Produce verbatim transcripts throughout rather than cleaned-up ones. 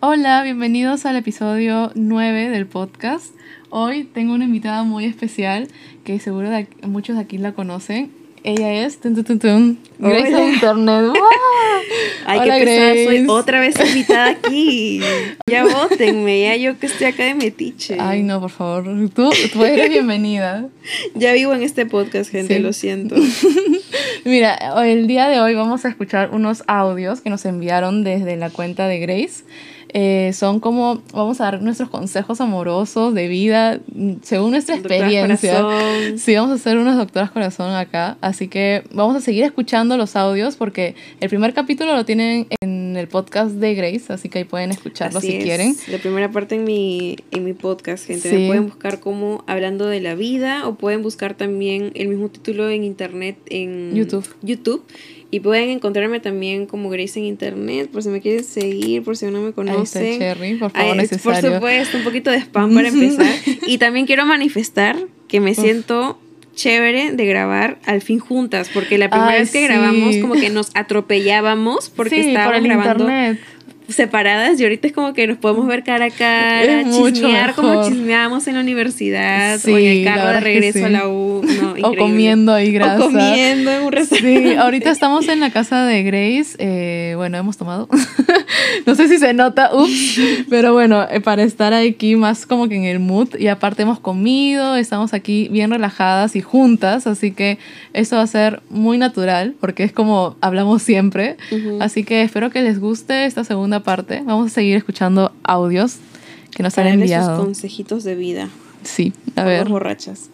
Hola, bienvenidos al episodio nueve del podcast. Hoy tengo una invitada muy especial que seguro de aquí- muchos de aquí la conocen. Ella es tun, tun, tun, tun, Grace de Internet. ¡Wow! Ay, Hola, qué pesada, Grace. soy otra vez invitada aquí. Ya vótenme, ya yo que estoy acá de metiche. Ay, no, por favor. Tú, tú eres bienvenida. Ya vivo en este podcast, gente, Sí. lo siento. Mira, el día de hoy vamos a escuchar unos audios que nos enviaron desde la cuenta de Grace. Eh, son como, vamos a dar nuestros consejos amorosos de vida mm, según nuestra Doctoras experiencia. Corazón. Sí, vamos a hacer unas doctoras corazón acá, así que vamos a seguir escuchando los audios porque el primer capítulo lo tienen en el podcast de Grace, así que ahí pueden escucharlo Así si es. quieren. La primera parte en mi, en mi podcast, gente. Sí. Me pueden buscar como Hablando de la Vida o pueden buscar también el mismo título en internet en YouTube. YouTube. Y pueden encontrarme también como Grace en internet, por si me quieren seguir, por si no me Ahí está conocen. el Cherry, por favor, Ay, necesario. Por supuesto, un poquito de spam para empezar. Y también quiero manifestar que me siento chévere de grabar al fin juntas, porque la primera Ay, vez que sí. grabamos como que nos atropellábamos porque Sí, por estábamos el grabando internet. separadas y ahorita es como que nos podemos ver cara a cara, Es mucho chismear como mejor. chismeamos en la universidad Sí, o en el la carro de verdad que regreso sí. a la U. No, O increíble. comiendo ahí grasa. O comiendo en un restaurante. Sí, ahorita estamos en la casa de Grace. Eh, bueno, hemos tomado. No sé si se nota, ups. Pero bueno, eh, para estar aquí más como que en el mood. Y aparte hemos comido, estamos aquí bien relajadas y juntas. Así que esto va a ser muy natural porque es como hablamos siempre. Ujú. Así que espero que les guste esta segunda parte. Vamos a seguir escuchando audios que nos han Para darle sus enviado. consejitos de vida. Sí, a A ver. ver. borrachas.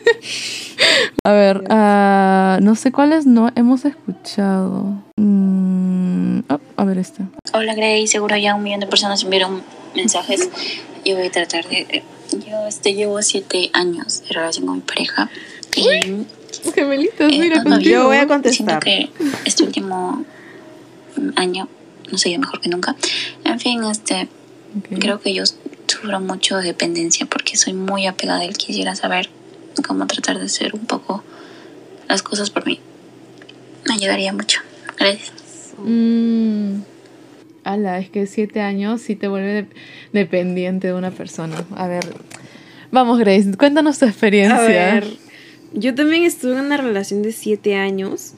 A ver, ah, no sé cuáles no hemos escuchado. Mm, oh, a ver este. Hola Grace, seguro ya un millón de personas enviaron mensajes. Yo voy a tratar de... Yo este, llevo siete años de relación con mi pareja. Y Gemelitas, eh, mira todavía contigo. Yo voy a siento contestar. que este último año no sé, yo mejor que nunca. En fin, este Ok. creo que yo sufro mucho de dependencia porque soy muy apegada a él. Quisiera saber cómo tratar de hacer un poco las cosas por mí. Me ayudaría mucho. Gracias. Mm, ala, es que siete años sí te vuelve de- dependiente de una persona. A ver, vamos Grace, cuéntanos tu experiencia. A ver, yo también estuve en una relación de siete años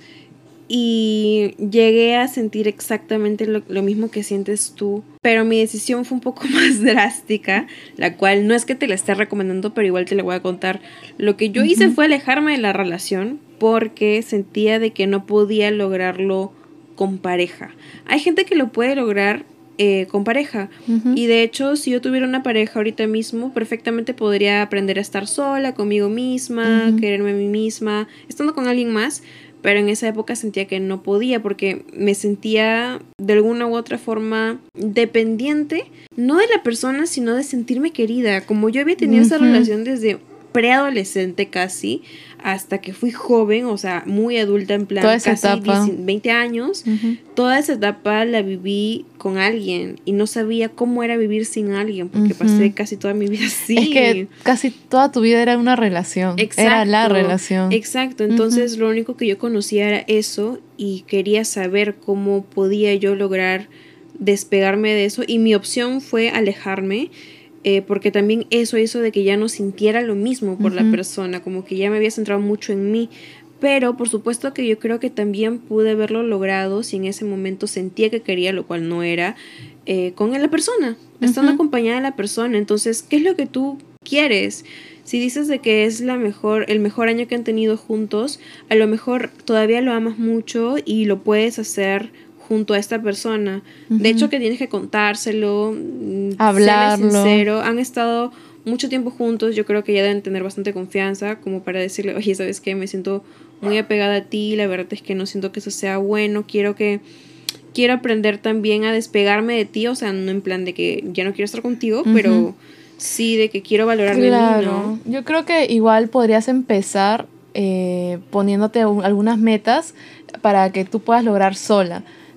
y llegué a sentir exactamente lo, lo mismo que sientes tú, pero mi decisión fue un poco más drástica, la cual no es que te la esté recomendando, pero igual te la voy a contar. Lo que yo hice fue alejarme de la relación porque sentía de que no podía lograrlo con pareja. Hay gente que lo puede lograr eh, con pareja. Ujú. Y de hecho, si yo tuviera una pareja ahorita mismo, perfectamente podría aprender a estar sola, conmigo misma, Ujú. quererme a mí misma, estando con alguien más. Pero en esa época sentía que no podía porque me sentía de alguna u otra forma dependiente, no de la persona, sino de sentirme querida. Como yo había tenido esa Ujú. relación desde preadolescente casi, hasta que fui joven, o sea, muy adulta, en plan Toda esa casi etapa. diez, veinte años. Ujú. Toda esa etapa la viví con alguien y no sabía cómo era vivir sin alguien porque Ujú. pasé casi toda mi vida así. Es que casi toda tu vida era una relación. Era la relación. Exacto, entonces lo único que yo conocía era eso y quería saber cómo podía yo lograr despegarme de eso y mi opción fue alejarme. Eh, porque también eso hizo de que ya no sintiera lo mismo por Ujú. la persona, como que ya me había centrado mucho en mí. Pero por supuesto que yo creo que también pude haberlo logrado si en ese momento sentía que quería, lo cual no era, eh, con la persona, estando Ujú. acompañada de la persona. Entonces, ¿qué es lo que tú quieres? Si dices de que es la mejor, el mejor año que han tenido juntos, a lo mejor todavía lo amas mucho y lo puedes hacer junto a esta persona. Ujú. De hecho, que tienes que contárselo, mm, Hablarlo. serle sincero. Han estado mucho tiempo juntos, yo creo que ya deben tener bastante confianza como para decirle, oye, ¿sabes qué? Me siento muy apegada a ti, la verdad es que no siento que eso sea bueno, quiero que quiero aprender también a despegarme de ti, o sea, no en plan de que ya no quiero estar contigo, Ujú. pero sí de que quiero valorarme a mí, ¿no? Yo creo que igual podrías empezar eh, poniéndote un- algunas metas para que tú puedas lograr sola.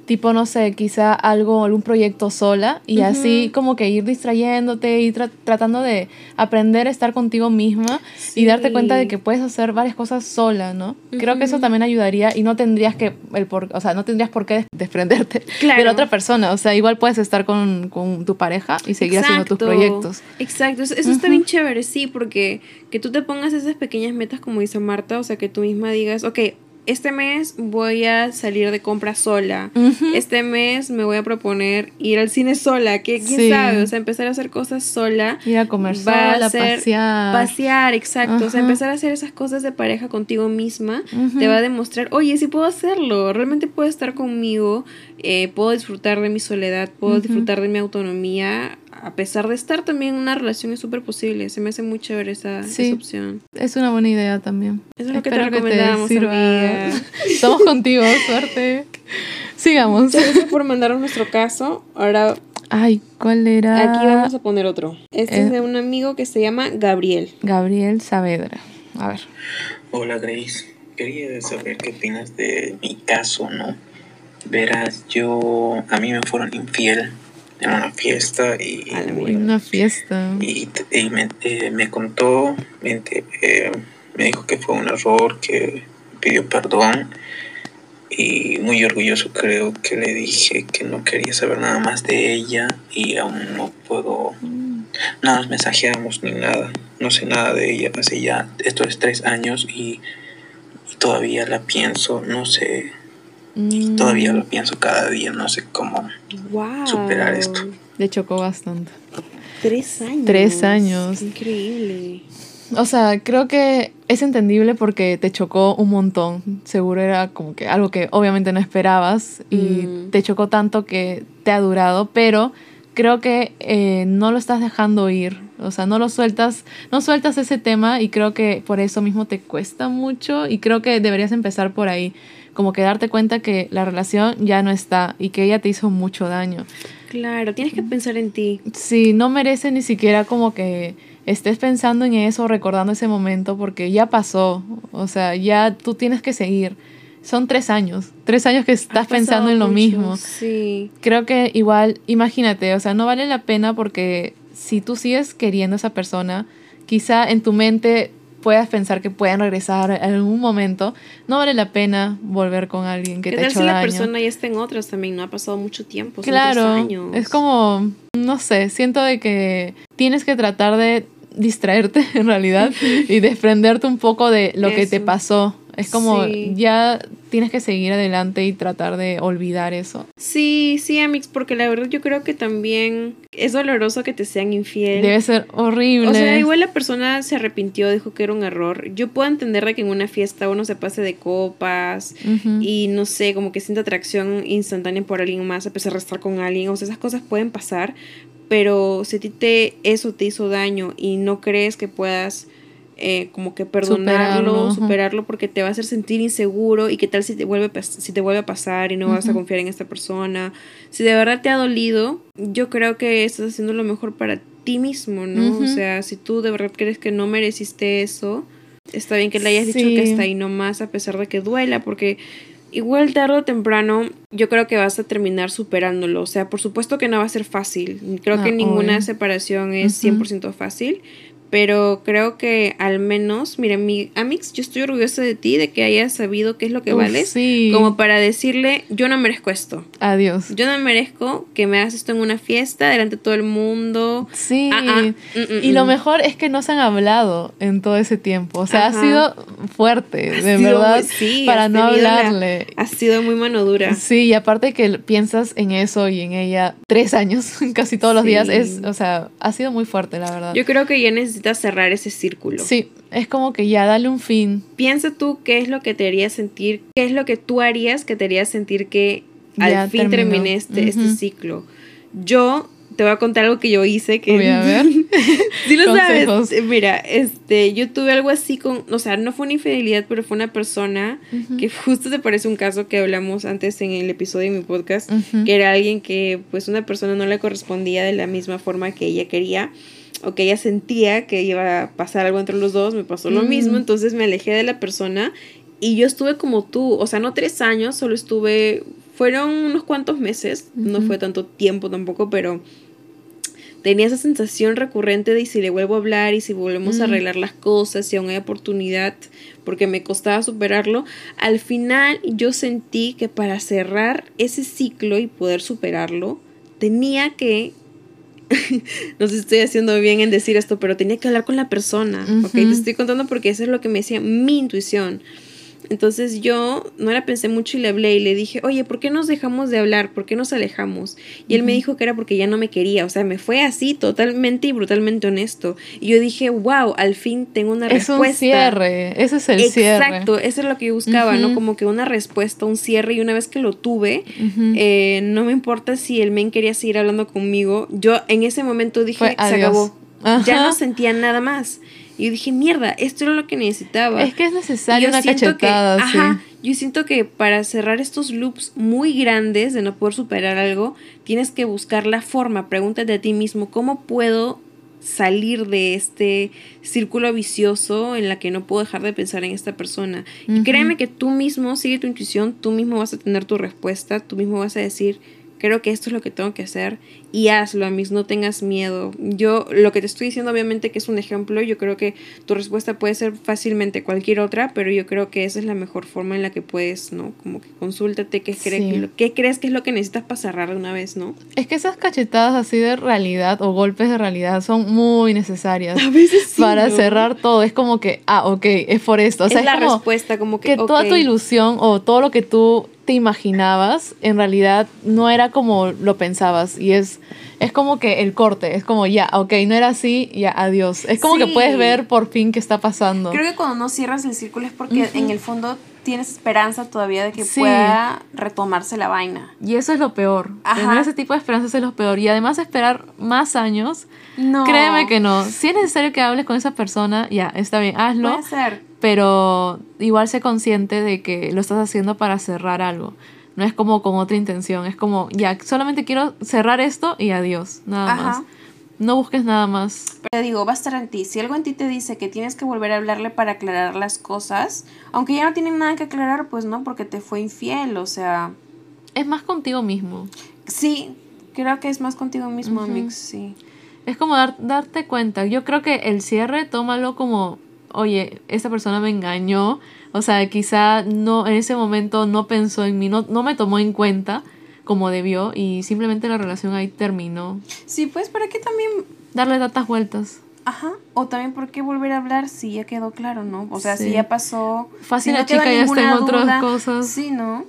tipo, no sé, quizá algo, algún proyecto sola y uh-huh. así como que ir distrayéndote y tra- tratando de aprender a estar contigo misma sí. y darte cuenta de que puedes hacer varias cosas sola, ¿no? Uh-huh. Creo que eso también ayudaría y no tendrías que, el por, o sea, no tendrías por qué desprenderte claro. de la otra persona, o sea, igual puedes estar con, con tu pareja y seguir Exacto. haciendo tus proyectos. Exacto, eso, eso uh-huh. está bien chévere, sí, porque que tú te pongas esas pequeñas metas como dice Marta, o sea, que tú misma digas, ok, este mes voy a salir de compra sola. Uh-huh. Este mes me voy a proponer ir al cine sola. Que quién sí. sabe, o sea, empezar a hacer cosas sola. Ir a comer sola, a ser, pasear. Pasear, exacto. Uh-huh. O sea, empezar a hacer esas cosas de pareja contigo misma uh-huh. te va a demostrar, oye, sí puedo hacerlo. Realmente puedo estar conmigo. Eh, puedo disfrutar de mi soledad. Puedo uh-huh. disfrutar de mi autonomía. A pesar de estar también en una relación es súper posible. Se me hace muy chévere esa, sí, esa opción. Es una buena idea también. Eso es lo Espero que te recomendamos, que te amiga. Estamos contigo, suerte. Sigamos. Muchas gracias por mandarnos nuestro caso. Ahora... Ay, ¿cuál era? Aquí vamos a poner otro. Este eh. es de un amigo que se llama Gabriel. Gabriel Saavedra. A ver. Hola, Grace. Quería saber qué opinas de mi caso, ¿no? Verás, yo... A mí me fueron infiel en una fiesta y en una fiesta y, y me, eh, me contó me, eh, me dijo que fue un error, que pidió perdón y muy orgulloso creo que le dije que no quería saber nada más de ella y aún no puedo mm. no nos mensajeamos ni nada, no sé nada de ella hace ya estos tres años y, y todavía la pienso, no sé. Y todavía lo pienso cada día, no sé cómo wow. superar esto. Le chocó bastante. Tres años. Tres años. Increíble. O sea, creo que es entendible porque te chocó un montón. Seguro era como que algo que obviamente no esperabas y mm. te chocó tanto que te ha durado, pero creo que eh, no lo estás dejando ir. O sea, no lo sueltas, no sueltas ese tema y creo que por eso mismo te cuesta mucho y creo que deberías empezar por ahí. Como que darte cuenta que la relación ya no está y que ella te hizo mucho daño. Claro, tienes que pensar en ti. Sí, no merece ni siquiera como que estés pensando en eso, recordando ese momento, porque ya pasó. O sea, ya tú tienes que seguir. Son tres años, tres años que estás pensando en lo mucho, mismo. Sí. Creo que igual, imagínate, o sea, no vale la pena porque si tú sigues queriendo a esa persona, quizá en tu mente puedas pensar que pueden regresar en algún momento, no vale la pena volver con alguien que te ha hecho daño. ¿Qué tal si la persona ya está en otras también? No ha pasado mucho tiempo, son claro, tres años. Es como, no sé, siento de que tienes que tratar de distraerte en realidad y desprenderte un poco de lo Eso. que te pasó. Es como, sí. ya tienes que seguir adelante y tratar de olvidar eso. Sí, sí, Amix, porque la verdad yo creo que también es doloroso que te sean infiel. Debe ser horrible. O sea, igual la persona se arrepintió, dijo que era un error. Yo puedo entender de que en una fiesta uno se pase de copas uh-huh. y no sé, como que siente atracción instantánea por alguien más a pesar de estar con alguien. O sea, esas cosas pueden pasar, pero si a ti te, eso te hizo daño y no crees que puedas... Eh, como que perdonarlo, superarlo, superarlo porque te va a hacer sentir inseguro y qué tal si te vuelve si te vuelve a pasar y no uh-huh. vas a confiar en esta persona. Si de verdad te ha dolido, yo creo que estás haciendo lo mejor para ti mismo, ¿no? Uh-huh. O sea, si tú de verdad crees que no mereciste eso, está bien que le hayas sí. dicho que hasta ahí nomás a pesar de que duela, porque igual tarde o temprano yo creo que vas a terminar superándolo. O sea, por supuesto que no va a ser fácil. Creo ah, que ninguna obvio. separación es uh-huh. cien por ciento fácil. Pero creo que al menos, mira, mi Amix, yo estoy orgullosa de ti, de que hayas sabido qué es lo que Uf, vales. Sí. Como para decirle, yo no merezco esto. Adiós. Yo no merezco que me hagas esto en una fiesta, delante de todo el mundo. Sí. Ah, ah, mm, mm, y mm. lo mejor es que no se han hablado en todo ese tiempo. O sea, Ajá. ha sido fuerte, ha de sido verdad, muy, sí, para no hablarle. La, ha sido muy mano dura. Sí, y aparte que piensas en eso y en ella tres años, casi todos sí. los días, es, o sea, ha sido muy fuerte, la verdad. Yo creo que ya necesitas cerrar ese círculo. Sí, es como que ya dale un fin. Piensa tú qué es lo que te haría sentir, qué es lo que tú harías que te haría sentir que al ya fin terminó. terminé este, uh-huh. este ciclo. Yo te voy a contar algo que yo hice que... Voy a ver. Sí lo sabes. Mira, este, yo tuve algo así con... O sea, no fue una infidelidad, pero fue una persona uh-huh. que justo te parece un caso que hablamos antes en el episodio de mi podcast, uh-huh. que era alguien que, pues, una persona no le correspondía de la misma forma que ella quería, o que ella sentía que iba a pasar algo entre los dos, me pasó lo uh-huh. mismo, entonces me alejé de la persona y yo estuve como tú, o sea, no tres años, solo estuve fueron unos cuantos meses, uh-huh. no fue tanto tiempo tampoco, pero tenía esa sensación recurrente de y si le vuelvo a hablar y si volvemos uh-huh. a arreglar las cosas, si aún hay oportunidad, porque me costaba superarlo. Al final yo sentí que para cerrar ese ciclo y poder superarlo, tenía que, no sé si estoy haciendo bien en decir esto, pero tenía que hablar con la persona, uh-huh. ¿ok? Te estoy contando porque eso es lo que me decía mi intuición. Entonces yo no la pensé mucho y le hablé y le dije, oye, ¿por qué nos dejamos de hablar? ¿Por qué nos alejamos? Y él uh-huh. me dijo que era porque ya no me quería. O sea, me fue así totalmente y brutalmente honesto. Y yo dije, wow, al fin tengo una es respuesta. Es un cierre, ese es el Exacto, cierre. Exacto, eso es lo que yo buscaba, uh-huh. ¿no? Como que una respuesta, un cierre. Y una vez que lo tuve, uh-huh. eh, no me importa si el men quería seguir hablando conmigo. Yo en ese momento dije, fue, se adiós. acabó. Ajá. Ya no sentía nada más. Y yo dije, mierda, esto era lo que necesitaba. Es que es necesaria una cachetada, que, sí. Ajá, yo siento que para cerrar estos loops muy grandes de no poder superar algo, tienes que buscar la forma. Pregúntate a ti mismo, ¿cómo puedo salir de este círculo vicioso en la que no puedo dejar de pensar en esta persona? Uh-huh. Y créeme que tú mismo, sigue tu intuición, tú mismo vas a tener tu respuesta, tú mismo vas a decir, creo que esto es lo que tengo que hacer y hazlo, Amix, no tengas miedo. Yo, lo que te estoy diciendo obviamente que es un ejemplo, yo creo que tu respuesta puede ser fácilmente cualquier otra, pero yo creo que esa es la mejor forma en la que puedes, ¿no? Como que consúltate qué, sí. cree, que, qué crees que es lo que necesitas para cerrar de una vez, ¿no? Es que esas cachetadas así de realidad o golpes de realidad son muy necesarias a veces sí, para ¿no? cerrar todo. Es como que, ah, ok, es por esto. O sea, es, es la como respuesta, como que, que okay. toda tu ilusión o todo lo que tú te imaginabas, en realidad no era como lo pensabas y es, es como que el corte, es como ya, ok, no era así, ya, adiós. Es como sí. que puedes ver por fin qué está pasando. Creo que cuando no cierras el círculo es porque uh-huh. en el fondo tienes esperanza todavía de que sí. pueda retomarse la vaina. Y eso es lo peor. Ajá. Tener ese tipo de esperanzas es lo peor. Y además esperar más años, no. créeme que no. Si es necesario que hables con esa persona, ya, está bien, hazlo. Puede ser. Pero igual sé consciente de que lo estás haciendo para cerrar algo. No es como con otra intención. Es como, ya, solamente quiero cerrar esto y adiós. Nada Ajá. más. No busques nada más. Pero digo, va a estar en ti. Si algo en ti te dice que tienes que volver a hablarle para aclarar las cosas, aunque ya no tienen nada que aclarar, pues no, porque te fue infiel, o sea... Es más contigo mismo. Sí, creo que es más contigo mismo, uh-huh. Amix, sí. Es como dar, darte cuenta. Yo creo que el cierre, tómalo como... Oye, esta persona me engañó, o sea, quizá no en ese momento no pensó en mí, no, no me tomó en cuenta como debió y simplemente la relación ahí terminó. Sí, pues, ¿para qué también darle tantas vueltas? Ajá, o también ¿por qué volver a hablar si ya quedó claro, no? O sea, sí. si ya pasó... Fácil, si la no chica ya está en otras duda, cosas. Sí, ¿no?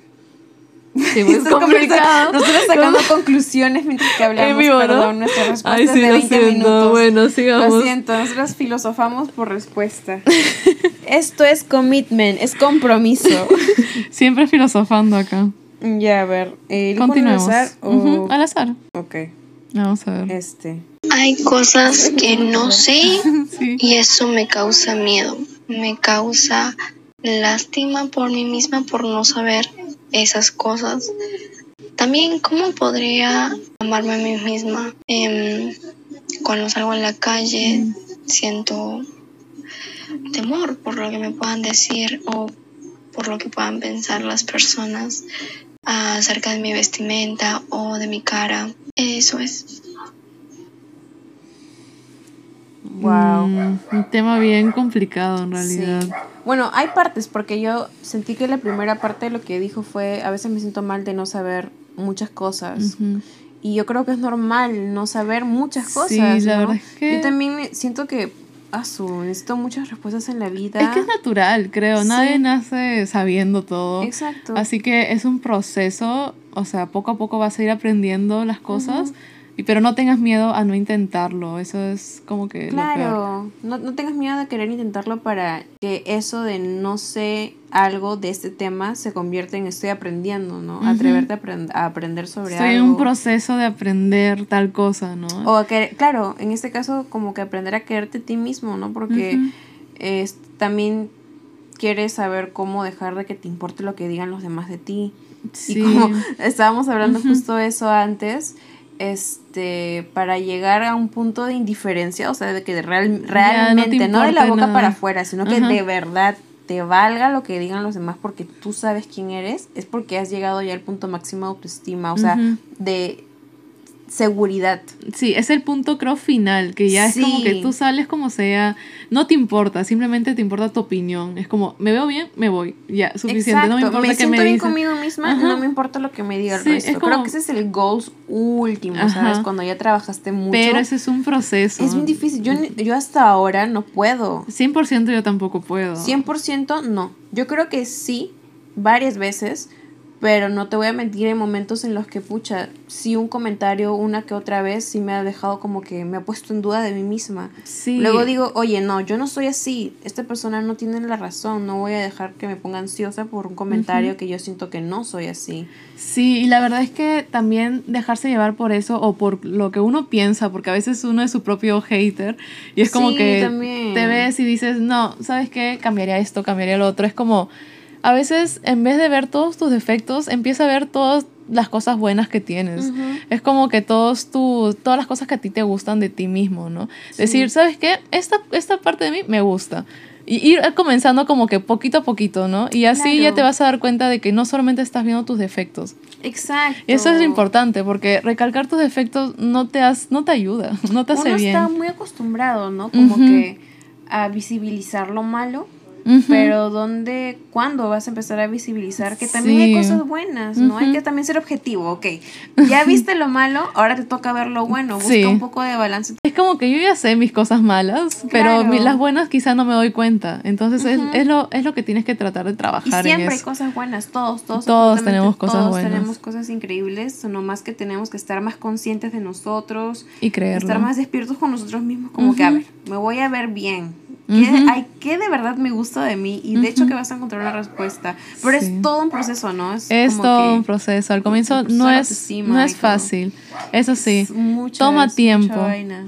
Sí, muy complicado. Nosotros sacando conclusiones mientras que hablamos, en vivo, perdón, ¿no? Nuestras respuestas Ay, sí, de veinte siento. minutos. Bueno, sigamos. Lo siento, nosotros filosofamos por respuesta. Esto es commitment, es compromiso. Siempre filosofando acá. Ya, a ver. Eh, Continuemos. ¿Al azar o...? Uh-huh, al azar. Ok. Vamos a ver. Este. Hay cosas que no sé sí. y eso me causa miedo. Me causa lástima por mí misma por no saber esas cosas. También, ¿cómo podría amarme a mí misma? Eh, cuando salgo en la calle, mm. siento temor por lo que me puedan decir o por lo que puedan pensar las personas acerca de mi vestimenta o de mi cara. Eso es. Wow. Mm, un tema bien complicado en realidad. Sí. Bueno, hay partes, porque yo sentí que la primera parte de lo que dijo fue, a veces me siento mal de no saber muchas cosas. Uh-huh. Y yo creo que es normal no saber muchas cosas. Sí, la ¿no? verdad es que... Yo también siento que ah, su, necesito muchas respuestas en la vida. Es que es natural, creo. Sí. Nadie nace sabiendo todo. Exacto. Así que es un proceso, o sea, poco a poco vas a ir aprendiendo las cosas. Uh-huh. Y pero no tengas miedo a no intentarlo, eso es como que claro, lo peor. No, no tengas miedo de querer intentarlo para que eso de no sé algo de este tema se convierta en estoy aprendiendo, ¿no? Uh-huh. Atreverte a, aprend- a aprender sobre estoy algo. Estoy en un proceso de aprender tal cosa, ¿no? O a que, claro, en este caso como que aprender a quererte a ti mismo, ¿no? Porque uh-huh. es, también quieres saber cómo dejar de que te importe lo que digan los demás de ti. Sí. Y como estábamos hablando uh-huh. justo eso antes... este para llegar a un punto de indiferencia, o sea, de que real, realmente, no, no de la boca nada. Para afuera, sino que uh-huh. de verdad te valga lo que digan los demás porque tú sabes quién eres, es porque has llegado ya al punto máximo de autoestima, o sea, Ujú. de seguridad. Sí, es el punto creo final, que ya Sí. es como que tú sales como sea, no te importa, simplemente te importa tu opinión. Es como, me veo bien, me voy, ya, suficiente, Exacto. no me importa me que siento me bien dicen. conmigo misma, Ajá. no me importa lo que me diga el Sí, resto. es como- Creo que ese es el goals último, Ajá. ¿sabes? Cuando ya trabajaste mucho. Pero ese es un proceso. Es muy difícil. Yo, ni- yo hasta ahora no puedo. cien por ciento yo tampoco puedo. cien por ciento no. Yo creo que sí, varias veces, pero no te voy a mentir, hay momentos en los que, pucha, sí un comentario una que otra vez sí me ha dejado como que me ha puesto en duda de mí misma. Sí. Luego digo, oye, no, yo no soy así, esta persona no tiene la razón, no voy a dejar que me ponga ansiosa por un comentario que yo siento que no soy así. Sí, y la verdad es que también dejarse llevar por eso o por lo que uno piensa, porque a veces uno es su propio hater y es como Sí, que también. te ves y dices, no, ¿sabes qué? Cambiaría esto, cambiaría lo otro. Es como, a veces en vez de ver todos tus defectos, empieza a ver todas las cosas buenas que tienes. Ujú. Es como que todos tu, todas las cosas que a ti te gustan de ti mismo, ¿no? Decir, ¿sabes qué? Esta, esta parte de mí me gusta. Y ir comenzando como que poquito a poquito, ¿no? Y así Claro. ya te vas a dar cuenta de que no solamente estás viendo tus defectos. Exacto. Y eso es importante, porque recalcar tus defectos no te, has, no te ayuda, no te hace Uno bien. está muy acostumbrado, ¿no? Como Ujú. que a visibilizar lo malo. Ujú. Pero ¿dónde, cuándo vas a empezar a visibilizar que también Sí. hay cosas buenas, ¿no? Ujú. Hay que también ser objetivo, ok. Ya viste lo malo, ahora te toca ver lo bueno. Busca Sí. un poco de balance. Es como que yo ya sé mis cosas malas, pero Claro. mi- las buenas quizá no me doy cuenta. Entonces es, Ujú. es, lo, es lo que tienes que tratar de Y trabajar en siempre hay eso. cosas buenas, todos, todos. Todos absolutamente tenemos cosas todos buenas. tenemos cosas increíbles, nomás que tenemos que estar más conscientes de nosotros, Y creerlo. estar más despiertos con nosotros mismos, como que, a Ujú. ver, me voy a ver bien. ¿Qué, Ujú. hay, ¿Qué de verdad me gusta de mí? Y de hecho que vas a encontrar una respuesta. Pero Sí. es todo un proceso, ¿no? Es, Es como todo que un proceso. Al comienzo el proceso no de la es, autoestima no y es todo. fácil. Eso sí. es mucha- Toma es tiempo. mucha vaina.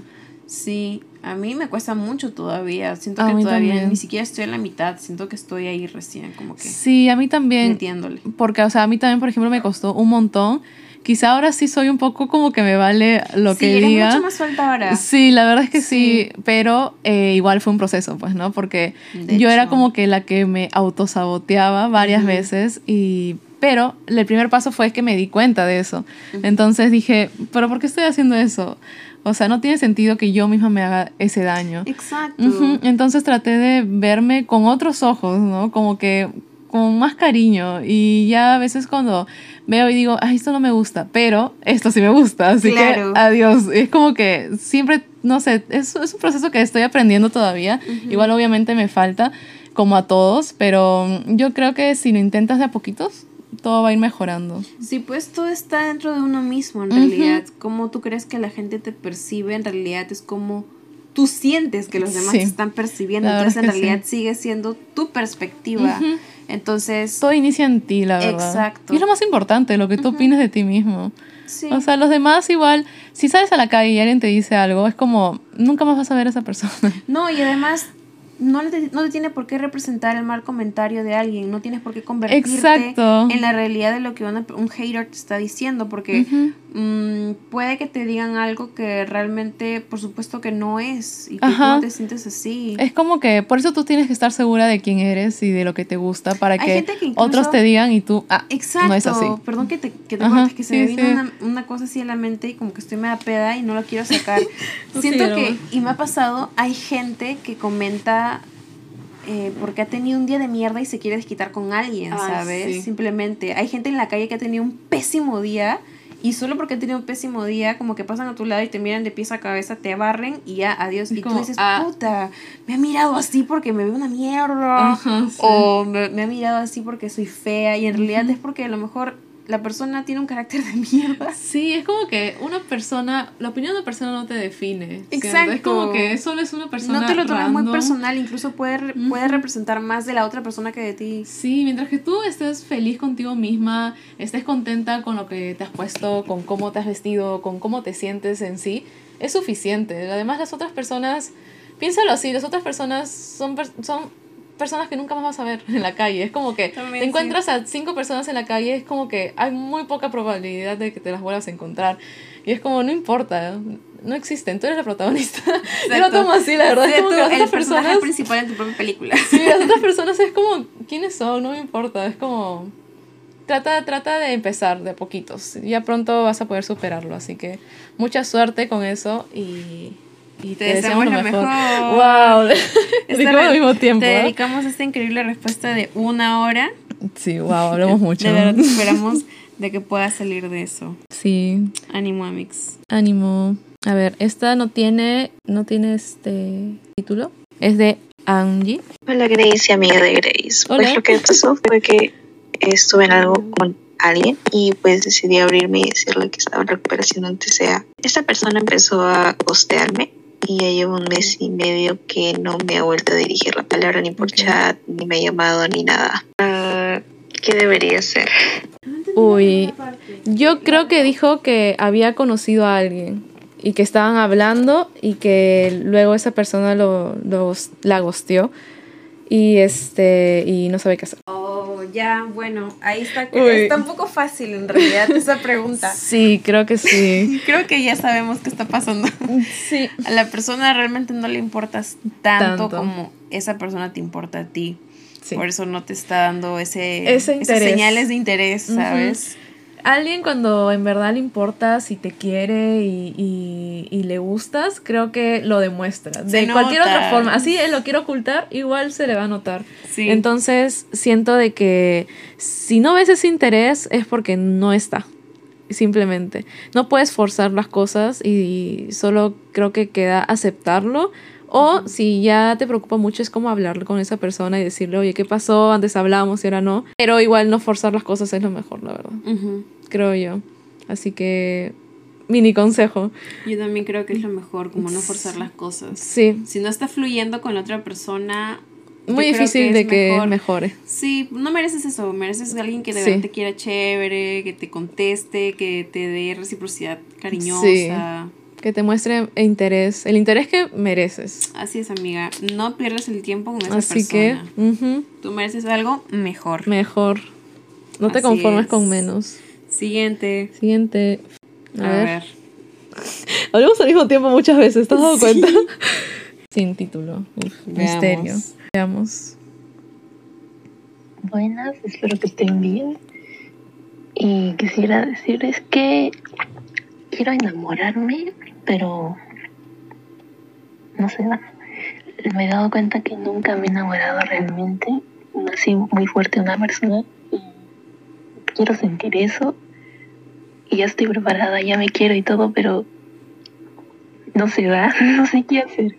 Sí, a mí me cuesta mucho todavía. Siento A que mí todavía también. ni siquiera estoy en la mitad. Siento que estoy ahí recién, como que Sí, a mí también. metiéndole. Porque, o sea, a mí también, por ejemplo, me costó un montón. Quizá ahora sí soy un poco como que me vale lo Sí, que eres diga. mucho más suelta ahora. Sí, la verdad es que sí, Sí. pero eh, igual fue un proceso, pues, ¿no? Porque De yo era hecho. como que la que me autosaboteaba varias Ujú. veces y... Pero el primer paso fue que me di cuenta de eso. Entonces dije, ¿pero por qué estoy haciendo eso? O sea, no tiene sentido que yo misma me haga ese daño. Exacto. Ujú. Entonces traté de verme con otros ojos, ¿no? Como que con más cariño. Y ya a veces cuando veo y digo, ay, esto no me gusta, pero esto sí me gusta. Así Claro. que adiós. Es como que siempre, no sé, es, es un proceso que estoy aprendiendo todavía. Ujú. Igual obviamente me falta, como a todos, pero yo creo que si lo intentas de a poquitos, todo va a ir mejorando. Sí, pues todo está dentro de uno mismo, en Ujú. realidad. Como tú crees que la gente te percibe, en realidad es como tú sientes que los demás Sí. te están percibiendo. La verdad Entonces, en es que realidad sí. sigue siendo tu perspectiva. Ujú. Entonces, Todo inicia en ti, la verdad. Exacto. Y es lo más importante, lo que tú Ujú. opines de ti mismo. sí. O sea, los demás igual, si sales a la calle y alguien te dice algo, es como, nunca más vas a ver a esa persona. No, y además no, le te, no te tiene por qué representar el mal comentario de alguien, no tienes por qué convertirte Exacto. en la realidad de lo que una- un hater te está diciendo, porque Ujú. mm, puede que te digan algo que realmente, por supuesto que no es, y que tú Ajá. no te sientes así. Es como que, por eso tú tienes que estar segura de quién eres y de lo que te gusta, para Hay que, gente que incluso- otros te digan y tú, ah, Exacto, no es así. perdón que te, que te Ajá, cortes, que se sí, me vino sí. una, una cosa así en la mente y como que estoy media peda y no lo quiero sacar. Sí, Siento no. que, y me ha pasado, hay gente que comenta eh, porque ha tenido un día de mierda y se quiere desquitar con alguien, Ay, ¿sabes? sí. Simplemente. Hay gente en la calle que ha tenido un pésimo día y solo porque ha tenido un pésimo día, como que pasan a tu lado y te miran de pies a cabeza, te barren y ya, adiós. Es Y como, tú dices, ah. puta, me ha mirado así porque me veo una mierda. Ajá, sí. O me, me ha mirado así porque soy fea. Y en realidad es porque a lo mejor la persona tiene un carácter de mierda. Sí, es como que una persona, la opinión de una persona no te define. siento. Exacto. Es como que solo es una persona No te lo tomes muy random. personal, incluso puede, re- Ujú. puede representar más de la otra persona que de ti. Sí, mientras que tú estés feliz contigo misma, estés contenta con lo que te has puesto, con cómo te has vestido, con cómo te sientes en sí, es suficiente. Además, las otras personas, piénsalo así, las otras personas son, per- son personas que nunca más vas a ver en la calle. Es como que También, te sí. encuentras a cinco personas en la calle, es como que hay muy poca probabilidad de que te las vuelvas a encontrar. Y es como, no importa. no existen, tú eres la protagonista. Yo lo tomo así, la verdad. Sé Es como tú que las el otras personaje personas... principal en tu propia película. Sí, las otras personas es como, ¿quiénes son? No me importa, es como... Trata, trata de empezar de a poquitos. Ya pronto vas a poder superarlo, así que mucha suerte con eso y... Y te, te deseamos lo mejor. mejor. Wow. Dedicamos al mismo tiempo. Te ¿eh? dedicamos esta increíble respuesta de una hora. Sí, wow, hablamos mucho. De verdad, esperamos de que puedas salir de eso. Sí. Ánimo, Amix. Ánimo. A ver, esta no tiene, no tiene este título. Es de Angie. Hola Grace y amiga de Grace. Hola. Pues lo que pasó fue que estuve en algo con alguien y pues decidí abrirme y decirle que estaba en recuperación antes sea. Esta persona empezó a costearme y ya llevo un mes y medio que no me ha vuelto a dirigir la palabra ni por okay. chat, ni me ha llamado ni nada. Uh, ¿Qué debería hacer? Uy, yo creo que dijo que había conocido a alguien y que estaban hablando y que luego esa persona lo, lo la ghosteó y este y no sabe qué hacer. Oh, ya, bueno, ahí está. Que está un poco fácil en realidad esa pregunta. Sí, creo que sí. Creo que ya sabemos qué está pasando. Sí. A la persona realmente no le importas tanto, Tanto. como esa persona te importa a ti. Sí. Por eso no te está dando ese, ese esas interés. señales de interés, ¿sabes? Uh-huh. Alguien cuando en verdad le importa, si te quiere y, y, y le gustas, creo que lo demuestra. De se cualquier nota. otra forma. Así él lo quiere ocultar, igual se le va a notar. Sí. Entonces siento de que si no ves ese interés es porque no está. Simplemente. No puedes forzar las cosas y solo creo que queda aceptarlo. O si ya te preocupa mucho es como hablarle con esa persona y decirle, oye, ¿qué pasó? Antes hablábamos y ahora no. Pero igual no forzar las cosas es lo mejor, la verdad. Uh-huh. Creo yo. Así que, mini consejo. Yo también creo que es lo mejor, como no forzar las cosas. Sí. Si no está fluyendo con la otra persona... Muy difícil que de que mejor. mejore. Sí, no mereces eso. Mereces a alguien que de verdad sí. te quiera chévere, que te conteste, que te dé reciprocidad cariñosa. Sí. Que te muestre interés, el interés que mereces. Así es, amiga. No pierdas el tiempo con esa Así persona. Que, uh-huh. Tú mereces algo mejor. Mejor. No Así te conformes es. con menos. Siguiente. Siguiente. A, A ver. ver. Hablamos al mismo tiempo muchas veces, ¿te has dado sí. cuenta? Sin título. Uf, misterio. Veamos. Buenas, espero que estén bien. Y quisiera decirles que quiero enamorarme, pero no sé, me he dado cuenta que nunca me he enamorado realmente, así muy fuerte de una persona, y quiero sentir eso y ya estoy preparada, ya me quiero y todo, pero no se da, no sé qué hacer.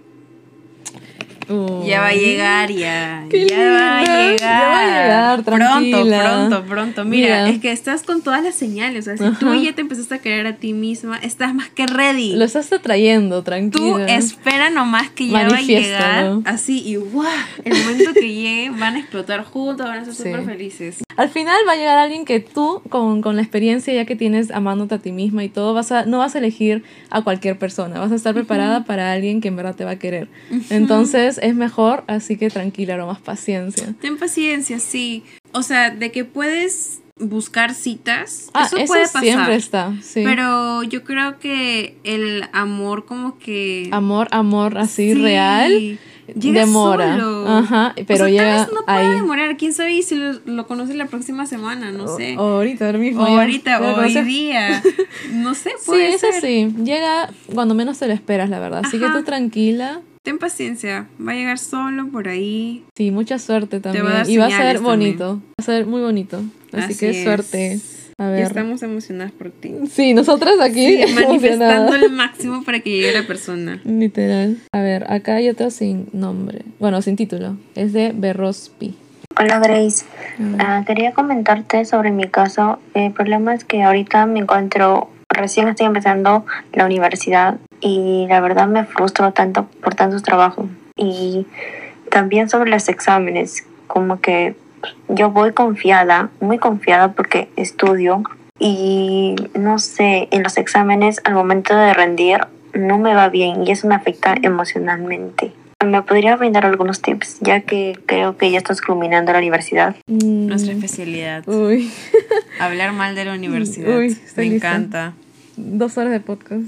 Oh, ya va a llegar, ya. Ya linda. va a llegar. Ya va a llegar, tranquila. Pronto, pronto, pronto. Mira, Mira, es que estás con todas las señales. O sea, si Ajá. tú ya te empezaste a querer a ti misma, estás más que ready. Lo estás atrayendo, tranquila. Tú espera nomás que ya va a llegar. Así, y ¡guau! El momento que llegue, van a explotar juntos, van a ser súper sí. felices. Al final va a llegar alguien que tú, con, con la experiencia ya que tienes amándote a ti misma y todo, vas a, no vas a elegir a cualquier persona. Vas a estar preparada uh-huh. para alguien que en verdad te va a querer. Uh-huh. Entonces, es mejor, así que tranquila, no más paciencia. Ten paciencia, sí. O sea, de que puedes buscar citas, ah, eso, eso puede pasar. Siempre está, sí. Pero yo creo que el amor como que... Amor, amor así sí. real... Llega demora, solo. ajá, pero o sea, llega tal vez no puede ahí. demorar, quién sabe si lo, lo conoces la próxima semana, no sé. O, o ahorita, ahora mismo. O ya, ahorita, o hoy día. No sé, puede sí, ser. Sí, eso sí, llega cuando menos te lo esperas, la verdad. Así Ajá. que tú tranquila. Ten paciencia, va a llegar solo por ahí. Sí, mucha suerte también. Te va a dar y va a ser bonito, también. va a ser muy bonito. Así, Así que es. suerte. A ver. Ya estamos emocionadas por ti. Sí, nosotras aquí sí, manifestando el máximo para que llegue la persona. Literal. A ver, acá hay otro sin nombre. Bueno, sin título. Es de Berrospi. Hola Grace. Uh, quería comentarte sobre mi caso. El problema es que ahorita me encuentro, recién estoy empezando la universidad y la verdad me frustro tanto por tantos trabajos. Y también sobre los exámenes, como que yo voy confiada, muy confiada porque estudio y no sé, en los exámenes al momento de rendir no me va bien y eso me afecta emocionalmente. ¿Me podría brindar algunos tips? Ya que creo que ya estás culminando la universidad. Nuestra especialidad. Uy. Hablar mal de la universidad. Uy, me lista. encanta. dos horas de podcast.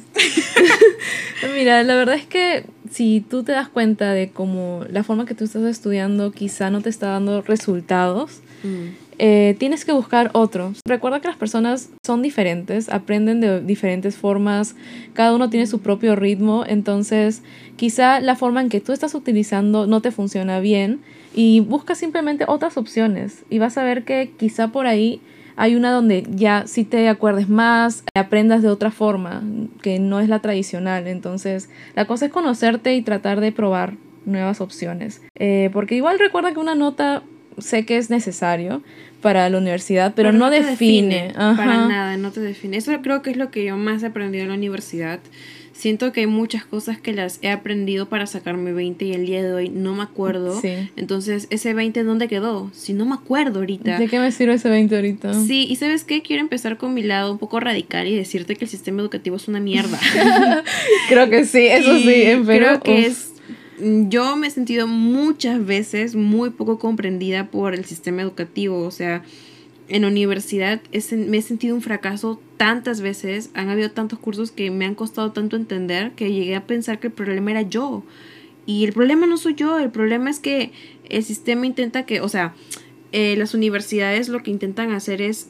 Mira, la verdad es que si tú te das cuenta de cómo la forma que tú estás estudiando quizá no te está dando resultados, mm. eh, tienes que buscar otros. Recuerda que las personas son diferentes, aprenden de diferentes formas, cada uno tiene su propio ritmo, entonces quizá la forma en que tú estás utilizando no te funciona bien y busca simplemente otras opciones y vas a ver que quizá por ahí hay una donde ya sí te acuerdes más, aprendas de otra forma, que no es la tradicional. Entonces, la cosa es conocerte y tratar de probar nuevas opciones. Eh, porque igual recuerda que una nota sé que es necesario para la universidad, pero, pero no, no define. define para nada, no te define. Eso creo que es lo que yo más he aprendido en la universidad. Siento que hay muchas cosas que las he aprendido para sacarme veinte y el día de hoy no me acuerdo. Sí. Entonces, ¿ese veinte dónde quedó? Si no me acuerdo ahorita. ¿De qué me sirve ese veinte ahorita? Sí, y ¿sabes qué? Quiero empezar con mi lado un poco radical y decirte que el sistema educativo es una mierda. Creo que sí, eso y sí. En creo que uf. es... Yo me he sentido muchas veces muy poco comprendida por el sistema educativo, o sea... En la universidad es, me he sentido un fracaso tantas veces, han habido tantos cursos que me han costado tanto entender que llegué a pensar que el problema era yo. Y el problema no soy yo, el problema es que el sistema intenta que, o sea, eh, las universidades lo que intentan hacer es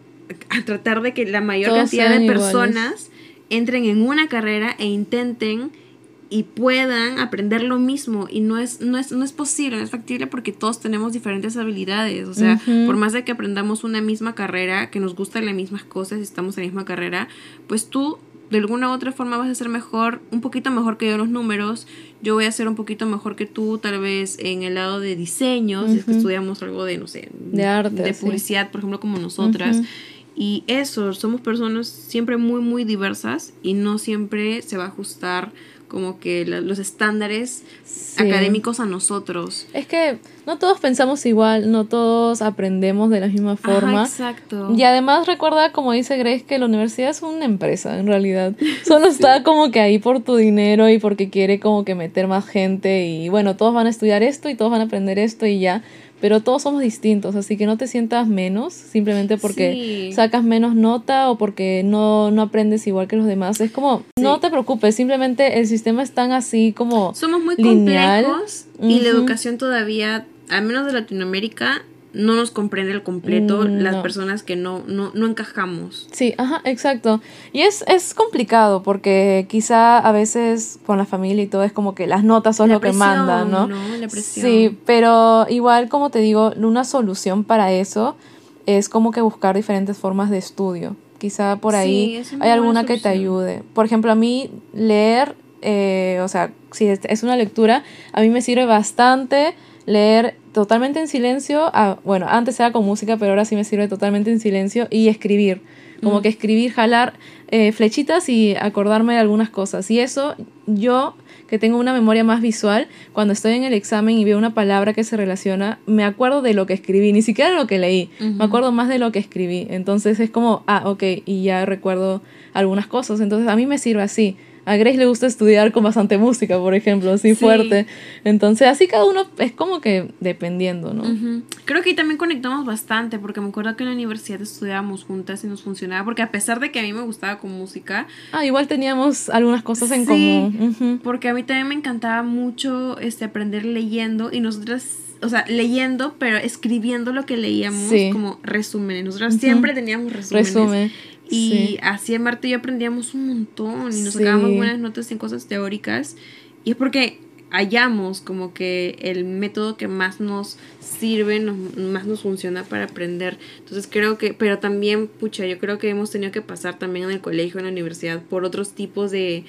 a tratar de que la mayor Todos cantidad de personas iguales. entren en una carrera e intenten y puedan aprender lo mismo y no es, no es, no es posible, no es factible porque todos tenemos diferentes habilidades, o sea, uh-huh. por más de que aprendamos una misma carrera, que nos gustan las mismas cosas y estamos en la misma carrera, pues tú de alguna u otra forma vas a ser mejor, un poquito mejor que yo en los números, yo voy a ser un poquito mejor que tú tal vez en el lado de diseño, uh-huh. si es que estudiamos algo de, no sé, de arte, de publicidad, sí. por ejemplo, como nosotras, uh-huh. y eso, somos personas siempre muy, muy diversas y no siempre se va a ajustar como que la, los estándares sí. académicos a nosotros. Es que no todos pensamos igual, no todos aprendemos de la misma forma. Ajá, exacto. Y además recuerda, como dice Grace, que la universidad es una empresa, en realidad. Solo sí. está como que ahí por tu dinero y porque quiere como que meter más gente y bueno, todos van a estudiar esto y todos van a aprender esto y ya. Pero todos somos distintos, así que no te sientas menos simplemente porque sí. sacas menos nota o porque no, no aprendes igual que los demás. Es como, sí. no te preocupes, simplemente el sistema es tan así como somos muy lineal. complejos uh-huh. y la educación todavía, al menos de Latinoamérica, no nos comprende el completo mm, las no. personas que no, no, no encajamos. Sí, ajá, exacto. Y es, es complicado porque quizá a veces con la familia y todo es como que las notas son la lo presión, que mandan, ¿no? ¿no? La presión. Sí, pero igual como te digo, una solución para eso es como que buscar diferentes formas de estudio. Quizá por ahí sí, hay alguna que te ayude. Por ejemplo, a mí leer, eh, o sea, si es una lectura, a mí me sirve bastante leer totalmente en silencio, ah, bueno, antes era con música, pero ahora sí me sirve totalmente en silencio y escribir, como mm. que escribir, jalar eh, flechitas y acordarme de algunas cosas. Y eso, yo que tengo una memoria más visual, cuando estoy en el examen y veo una palabra que se relaciona, me acuerdo de lo que escribí, ni siquiera de lo que leí, uh-huh. me acuerdo más de lo que escribí. Entonces es como, ah, ok, y ya recuerdo algunas cosas. Entonces a mí me sirve así. A Grace le gusta estudiar con bastante música, por ejemplo, así sí. fuerte. Entonces, así cada uno es como que dependiendo, ¿no? Uh-huh. Creo que ahí también conectamos bastante, porque me acuerdo que en la universidad estudiábamos juntas y nos funcionaba, porque a pesar de que a mí me gustaba con música... Ah, igual teníamos algunas cosas en sí, común. Uh-huh. Porque a mí también me encantaba mucho este, aprender leyendo, y nosotras... O sea, leyendo, pero escribiendo lo que leíamos sí. como resúmenes. Nosotras uh-huh. siempre teníamos resúmenes. Resumen. Y sí. así en Marta y yo aprendíamos un montón y nos sí. sacábamos buenas notas en cosas teóricas. Y es porque hallamos como que el método que más nos sirve, nos, más nos funciona para aprender. Entonces creo que, pero también, pucha, yo creo que hemos tenido que pasar también en el colegio, en la universidad, por otros tipos de...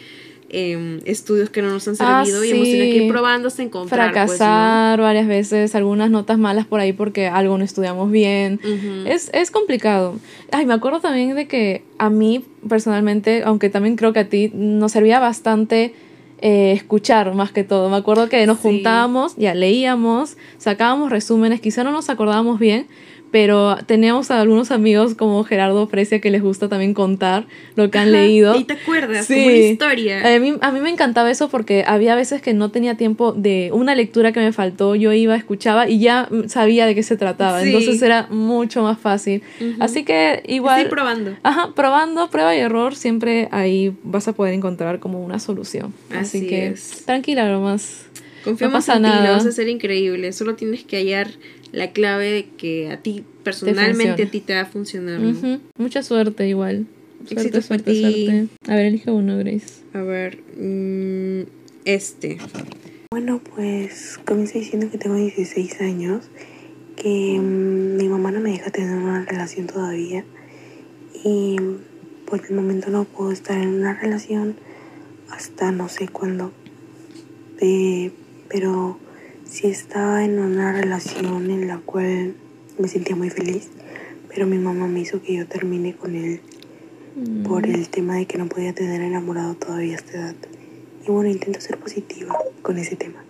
Eh, estudios que no nos han servido ah, y sí. hemos tenido que ir probando hasta encontrar fracasar pues, ¿no? varias veces, algunas notas malas por ahí porque algo no estudiamos bien. Uh-huh. es, es complicado. Ay, me acuerdo también de que a mí personalmente, aunque también creo que a ti, nos servía bastante eh, escuchar más que todo. Me acuerdo que nos sí. juntábamos, ya leíamos, sacábamos resúmenes, quizá no nos acordábamos bien, pero tenemos a algunos amigos como Gerardo Fresia que les gusta también contar lo que han leído. ¿Y te acuerdas? Sí. Como una historia. A mí, a mí me encantaba eso porque había veces que no tenía tiempo de una lectura que me faltó, yo iba, escuchaba y ya sabía de qué se trataba, Sí. entonces era mucho más fácil. Ujú. Así que igual... Estoy probando. Ajá, probando, prueba y error, siempre ahí vas a poder encontrar como una solución. Así, Así que es. tranquila nomás. Confiamos no pasa en ti, nada. lo vas a hacer increíble. Solo tienes que hallar la clave que a ti personalmente funcione. a ti te va a funcionar, ¿no? Ujú. Mucha suerte igual. Suerte, Éxitos para suerte, ti. suerte. A ver, elige uno, Grace. A ver, mm, este. Bueno, pues comienzo diciendo que tengo dieciséis años, que mm, mi mamá no me deja tener una relación todavía y por el momento no puedo estar en una relación hasta no sé cuándo. Eh, pero sí estaba en una relación en la cual me sentía muy feliz, pero mi mamá me hizo que yo termine con él Mm. por el tema de que no podía tener enamorado todavía a esta edad. Y bueno, intento ser positiva con ese tema.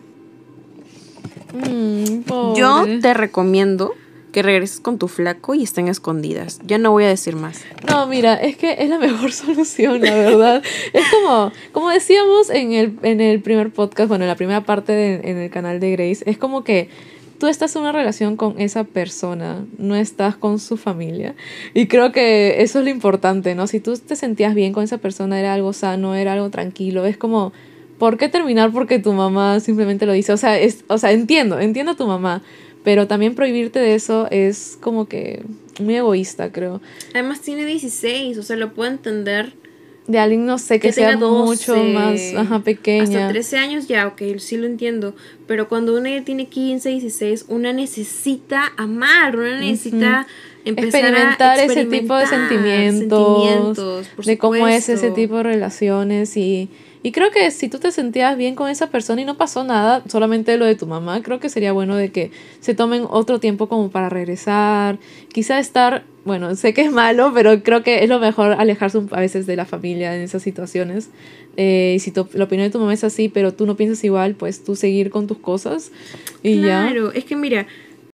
Mm, pobre. Yo te recomiendo que regreses con tu flaco y estén escondidas. Ya no voy a decir más. No, mira, es que es la mejor solución, la verdad. Es como, como decíamos en el, en el primer podcast, bueno, en la primera parte de, en el canal de Grace, es como que tú estás en una relación con esa persona, no estás con su familia. Y creo que eso es lo importante, ¿no? Si tú te sentías bien con esa persona, era algo sano, era algo tranquilo, es como, ¿por qué terminar porque tu mamá simplemente lo dice? O sea, es, o sea, entiendo, entiendo a tu mamá, pero también prohibirte de eso es como que muy egoísta, creo. Además tiene dieciséis, o sea, lo puedo entender. De alguien, no sé, que, Que sea tenga doce, mucho más ajá, pequeña. Hasta trece años ya, ok, sí lo entiendo. Pero cuando una ya tiene quince, dieciséis, una necesita amar, una necesita empezar experimentar, a ese tipo de experimentar sentimientos, sentimientos, por de cómo es ese supuesto. tipo de relaciones y, y creo que si tú te sentías bien con esa persona y no pasó nada, solamente lo de tu mamá, creo que sería bueno de que se tomen otro tiempo como para regresar, quizá estar, bueno, sé que es malo, pero creo que es lo mejor alejarse un- a veces de la familia en esas situaciones. Eh, y si tu, la opinión de tu mamá es así, pero tú no piensas igual, pues tú seguir con tus cosas y ya. Claro, es que mira,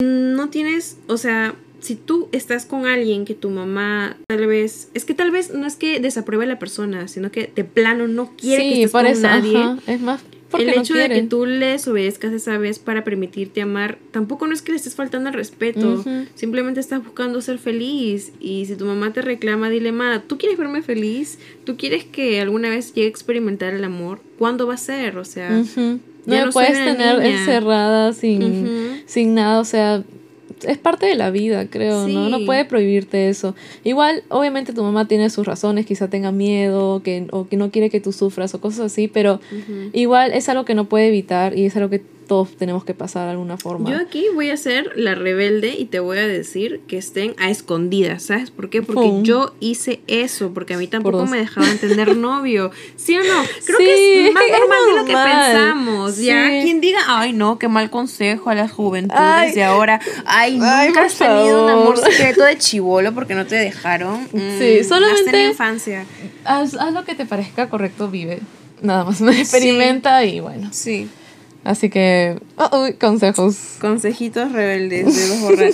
no tienes, o sea, si tú estás con alguien que tu mamá tal vez, es que tal vez no es que desapruebe a la persona, sino que de plano no quiere que Sí, estés por con eso, nadie. ajá, es más porque El no hecho de quiere. que tú le desobedezcas esa vez para permitirte amar, tampoco no es que le estés faltando al respeto, Ujú. simplemente estás buscando ser feliz. Y si tu mamá te reclama, dile, ma, ¿tú quieres verme feliz? ¿Tú quieres que alguna vez llegue a experimentar el amor? ¿Cuándo va a ser? O sea, Ujú. No ya me no soy puedes una tener niña. encerrada sin, Ujú. sin nada, o sea, es parte de la vida, creo, ¿no? Sí. No puede prohibirte eso. Igual, obviamente tu mamá tiene sus razones, quizá tenga miedo que, o que no quiere que tú sufras o cosas así, pero Ujú. igual es algo que no puede evitar y es algo que todos tenemos que pasar de alguna forma. Yo aquí voy a ser la rebelde y te voy a decir que estén a escondidas, ¿sabes por qué? Porque Pum. yo hice eso, porque a mí tampoco dos. me dejaban tener novio, ¿sí o no? Creo Sí, que es más es normal de lo que normal. pensamos, ¿ya? Sí. Quien diga, ay no, qué mal consejo a las juventudes Ay. de ahora, ay, Ay, nunca por has tenido un amor favor. secreto de chivolo porque no te dejaron. Mm, Sí, solamente- hasta en la infancia. Haz, haz lo que te parezca correcto, vive. Nada más, experimenta y bueno. Sí, Así que, oh, uy, consejos. consejitos rebeldes de dos borrachas.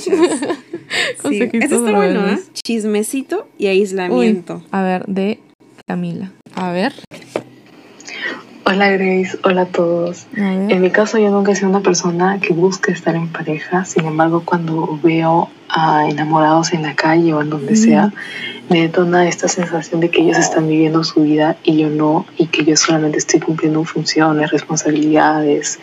Sí, Consejitos eso está bueno, ¿eh? rebeldes. Chismecito y Uy, aislamiento. a ver, de Camila. A ver. Hola Grace, hola a todos. A ver. En mi caso yo nunca he sido una persona que busque estar en pareja, sin embargo cuando veo a enamorados en la calle o en donde Mm. sea, me detona esta sensación de que ellos están viviendo su vida y yo no, y que yo solamente estoy cumpliendo funciones, responsabilidades,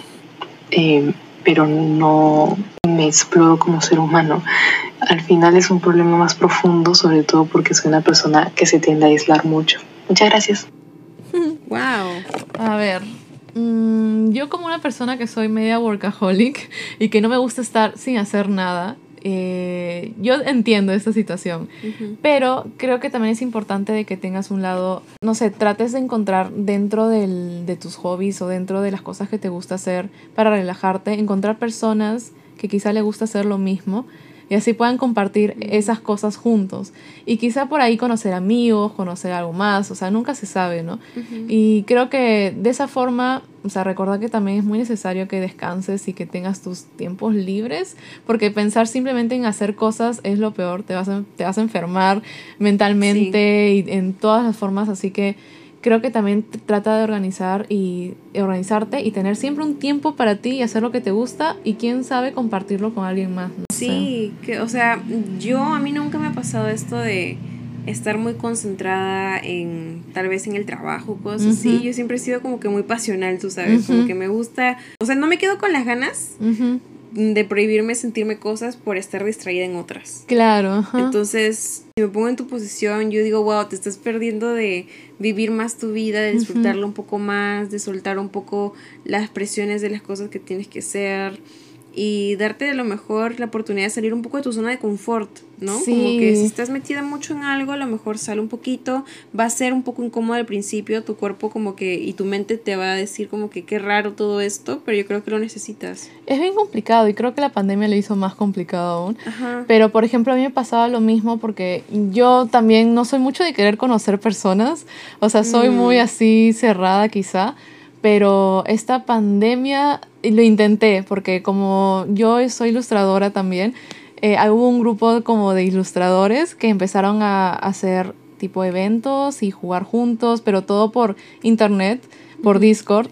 eh, pero no me exploro como ser humano. Al final es un problema más profundo, sobre todo porque soy una persona que se tiende a aislar mucho. Muchas gracias. Wow. A ver, mm, yo como una persona que soy media workaholic y que no me gusta estar sin hacer nada, eh, yo entiendo esta situación, pero creo que también es importante de que tengas un lado, no sé, trates de encontrar dentro del, de tus hobbies o dentro de las cosas que te gusta hacer para relajarte, encontrar personas que quizá le gusta hacer lo mismo, y así puedan compartir esas cosas juntos. Y quizá por ahí conocer amigos, conocer algo más, o sea, nunca se sabe, ¿no? Uh-huh. Y creo que de esa forma, o sea, recordar que también es muy necesario que descanses y que tengas tus tiempos libres, porque pensar simplemente en hacer cosas es lo peor, te vas a, te vas a enfermar mentalmente sí. y en todas las formas, así que creo que también trata de organizar y organizarte y tener siempre un tiempo para ti y hacer lo que te gusta y quién sabe compartirlo con alguien más, ¿no? Sí, que, o sea, yo a mí nunca me ha pasado esto de estar muy concentrada en tal vez en el trabajo, cosas uh-huh. así. Yo siempre he sido como que muy pasional, tú sabes, uh-huh. como que me gusta, o sea, no me quedo con las ganas uh-huh. de prohibirme sentirme cosas por estar distraída en otras. Claro. Uh-huh. Entonces, si me pongo en tu posición, yo digo, wow, te estás perdiendo de vivir más tu vida, de disfrutarla uh-huh. un poco más, de soltar un poco las presiones de las cosas que tienes que hacer y darte a lo mejor la oportunidad de salir un poco de tu zona de confort, ¿no? Sí. Como que si estás metida mucho en algo, a lo mejor sale un poquito, va a ser un poco incómodo al principio, tu cuerpo como que, y tu mente te va a decir como que qué raro todo esto, pero yo creo que lo necesitas. Es bien complicado y creo que la pandemia lo hizo más complicado aún. Ajá. Pero, por ejemplo, a mí me pasaba lo mismo porque yo también no soy mucho de querer conocer personas, o sea, soy mm. muy así cerrada quizá, pero esta pandemia lo intenté porque como yo soy ilustradora también, eh, hubo un grupo como de ilustradores que empezaron a hacer tipo eventos y jugar juntos, pero todo por internet, por Discord.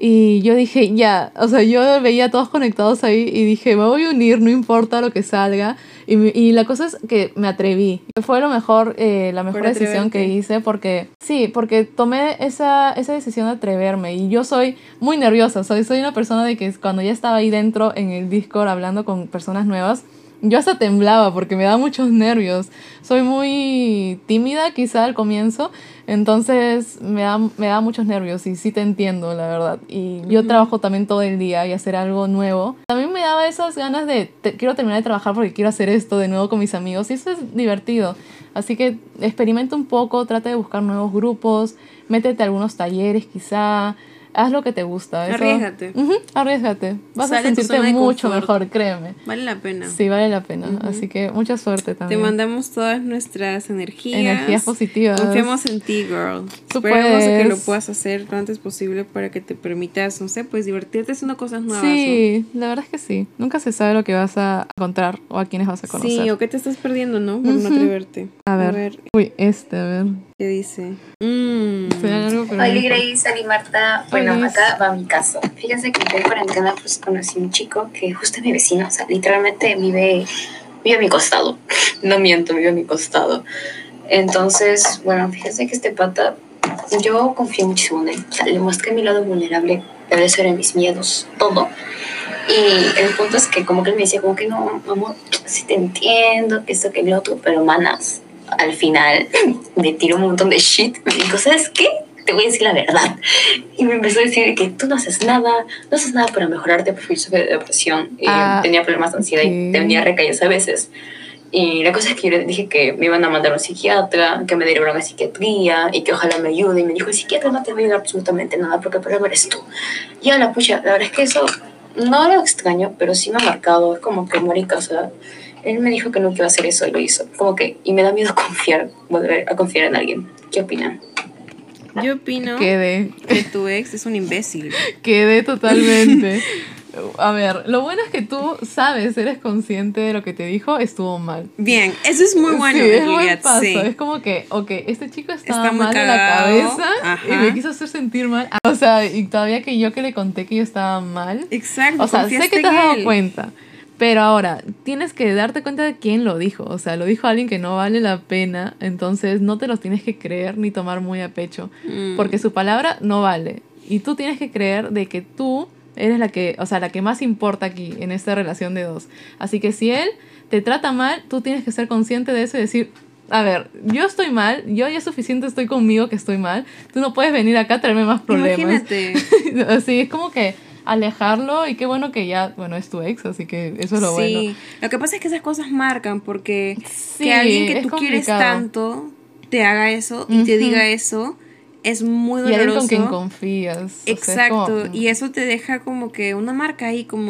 Y yo dije, ya, o sea, yo veía a todos conectados ahí y dije, me voy a unir, no importa lo que salga. Y, y la cosa es que me atreví. Fue lo mejor, eh, la mejor decisión que hice porque, sí, porque tomé esa, esa decisión de atreverme. Y yo soy muy nerviosa, soy, soy una persona de que cuando ya estaba ahí dentro en el Discord hablando con personas nuevas, yo hasta temblaba porque me da muchos nervios. Soy muy tímida quizá al comienzo, entonces me da, me da muchos nervios y sí te entiendo, la verdad. Y yo uh-huh. trabajo también todo el día y hacer algo nuevo. También me daba esas ganas de, te, quiero terminar de trabajar porque quiero hacer esto de nuevo con mis amigos y eso es divertido. Así que experimenta un poco, trata de buscar nuevos grupos, métete a algunos talleres quizá. Haz lo que te gusta. Eso, arriésgate. Uh-huh, arriésgate. Vas Sale a sentirte mucho confort. Mejor, créeme. Vale la pena. Sí, vale la pena. Uh-huh. Así que mucha suerte también. Te mandamos todas nuestras energías. Energías positivas. Confiamos en ti, girl. Tú Esperemos puedes. que lo puedas hacer lo antes posible para que te permitas, no sé, pues divertirte haciendo cosas nuevas. Sí, ¿no? La verdad es que sí. Nunca se sabe lo que vas a encontrar o a quiénes vas a conocer. Sí, o qué te estás perdiendo, ¿no? Por uh-huh. no atreverte. A ver. a ver. Uy, este, a ver. ¿Qué dice? Mm. Algo, Hola Grace, Ali Marta. Bueno, Hola. Acá va mi caso. Fíjense que en cuarentena pues conocí a un chico que justo es mi vecino, o sea, literalmente vive, vive a mi costado. No miento, vive a mi costado. Entonces, bueno, fíjense que este pata, yo confío muchísimo en él. O sea, le mostré mi lado vulnerable, debe ser en mis miedos, todo. Y el punto es que como que él me decía como que no, amor, sí te entiendo, que esto, que lo otro, pero manas, al final me tiró un montón de shit. Me dijo, ¿sabes qué? Te voy a decir la verdad. Y me empezó a decir que tú no haces nada, no haces nada para mejorarte, porque yo sufrí de depresión, y ah, tenía problemas de ansiedad okay. y tenía recaídas a veces. Y la cosa es que yo le dije que me iban a mandar a un psiquiatra, que me derivaron a psiquiatría y que ojalá me ayude. Y me dijo, el psiquiatra no te va a ayudar absolutamente nada porque el problema eres tú. Y a la pucha, la verdad es que eso no lo extraño, pero sí me ha marcado. Es como que, marica, o sea, él me dijo que nunca iba a hacer eso y lo hizo. Como que, y me da miedo confiar, volver a confiar en alguien. ¿Qué opinan? Yo opino Quedé. que tu ex es un imbécil. Quedé totalmente. A ver, lo bueno es que tú sabes, eres consciente de lo que te dijo, estuvo mal. Bien, eso es muy bueno. Sí, es buen paso. Sí. Es como que, ok, este chico estaba Está mal en la cabeza. Ajá. Y me quiso hacer sentir mal. O sea, y todavía que yo que le conté que yo estaba mal. Exacto. O sea, sé que te has dado cuenta. Pero ahora, tienes que darte cuenta de quién lo dijo. O sea, lo dijo alguien que no vale la pena. Entonces, no te los tienes que creer ni tomar muy a pecho. Mm. Porque su palabra no vale. Y tú tienes que creer de que tú eres la que, o sea, la que más importa aquí en esta relación de dos. Así que si él te trata mal, tú tienes que ser consciente de eso y decir, a ver, yo estoy mal, yo ya es suficiente estoy conmigo que estoy mal. Tú no puedes venir acá a traerme más problemas. Imagínate. Así, es como que alejarlo y qué bueno que ya, bueno, es tu ex, así que eso es lo sí. bueno. Sí, lo que pasa es que esas cosas marcan porque sí, que alguien que tú complicado. quieres tanto te haga eso y uh-huh. te diga eso es muy doloroso. Y alguien con quien confías. Exacto, o sea, como... y eso te deja como que una marca ahí como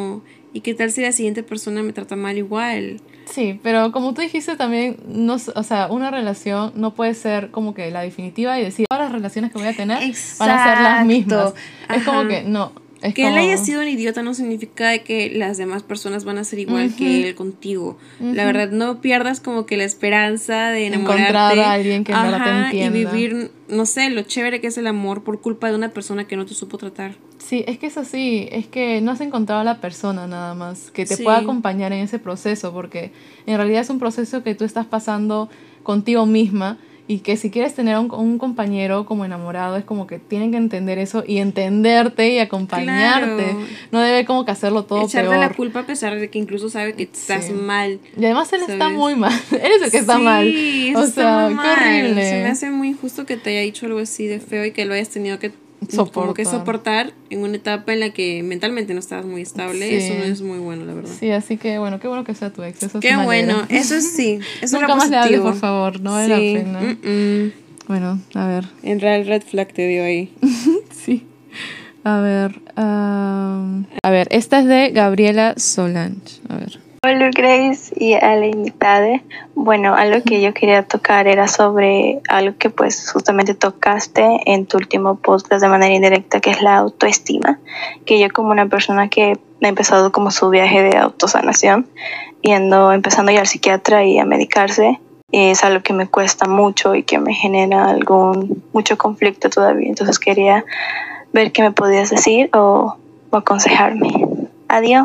¿Y qué tal si la siguiente persona me trata mal igual? Sí, pero como tú dijiste también, no, s- o sea, una relación no puede ser como que la definitiva y decir, todas las relaciones que voy a tener van a ser las mismas. Es como Ajá. que no, es Que como... él haya sido un idiota no significa de que las demás personas van a ser igual Ujú. que él contigo. La Ujú. verdad, no pierdas como que la esperanza de enamorarte. Encontrar a alguien que en verdad te Ajá, entienda. y vivir, no sé, lo chévere que es el amor por culpa de una persona que no te supo tratar. Sí, es que es así, es que no has encontrado a la persona nada más que te Sí. pueda acompañar en ese proceso, porque en realidad es un proceso que tú estás pasando contigo misma y que si quieres tener un, un compañero como enamorado es como que tienen que entender eso y entenderte y acompañarte. Claro. No debe como que hacerlo todo Echarle peor. la culpa a pesar de que incluso sabe que estás Sí. mal. Y además él está ¿sabes? muy mal, él es el que está Sí, mal. eso O está sea, muy qué mal. horrible. Se me hace muy injusto que te haya dicho algo así de feo y que lo hayas tenido que como que Soportar. soportar en una etapa en la que mentalmente no estabas muy estable. Sí. Eso no es muy bueno, la verdad. Sí, así que bueno, qué bueno que sea tu ex. Eso Qué sí me bueno, alegra. eso sí, eso Nunca era más le hables, positivo. por favor, no vale Sí, la pena. mm-mm. Bueno, a ver. En real red flag te dio ahí. Sí. A ver. am, a ver, esta es de Gabriela Solange. A ver. Hola Grace y a la invitada. Bueno, algo que yo quería tocar era sobre algo que pues justamente tocaste en tu último podcast de manera indirecta, que es la autoestima. Que yo como una persona que ha empezado como su viaje de autosanación, yendo, empezando ya al psiquiatra y a medicarse, es algo que me cuesta mucho y que me genera algún mucho conflicto todavía. Entonces quería ver qué me podías decir o, o aconsejarme. Adiós.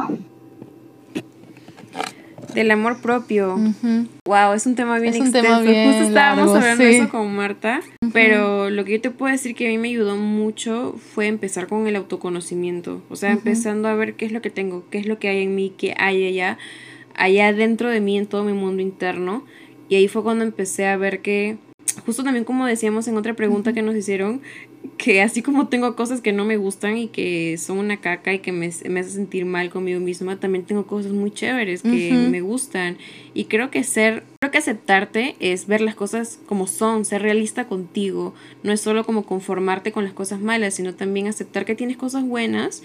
Del amor propio. Ujú. Wow, es un tema bien Es un extenso. tema bien Justo estábamos largo, hablando sí. de eso con Marta. Pero lo que yo te puedo decir que a mí me ayudó mucho fue empezar con el autoconocimiento. O sea, Ujú. empezando a ver qué es lo que tengo, qué es lo que hay en mí, qué hay allá, allá dentro de mí, en todo mi mundo interno. Y ahí fue cuando empecé a ver que, justo también como decíamos en otra pregunta que nos hicieron, que así como tengo cosas que no me gustan y que son una caca y que me, me hace sentir mal conmigo misma, también tengo cosas muy chéveres que Ujú. me gustan. Y creo que ser, creo que aceptarte es ver las cosas como son, ser realista contigo. No es solo como conformarte con las cosas malas, sino también aceptar que tienes cosas buenas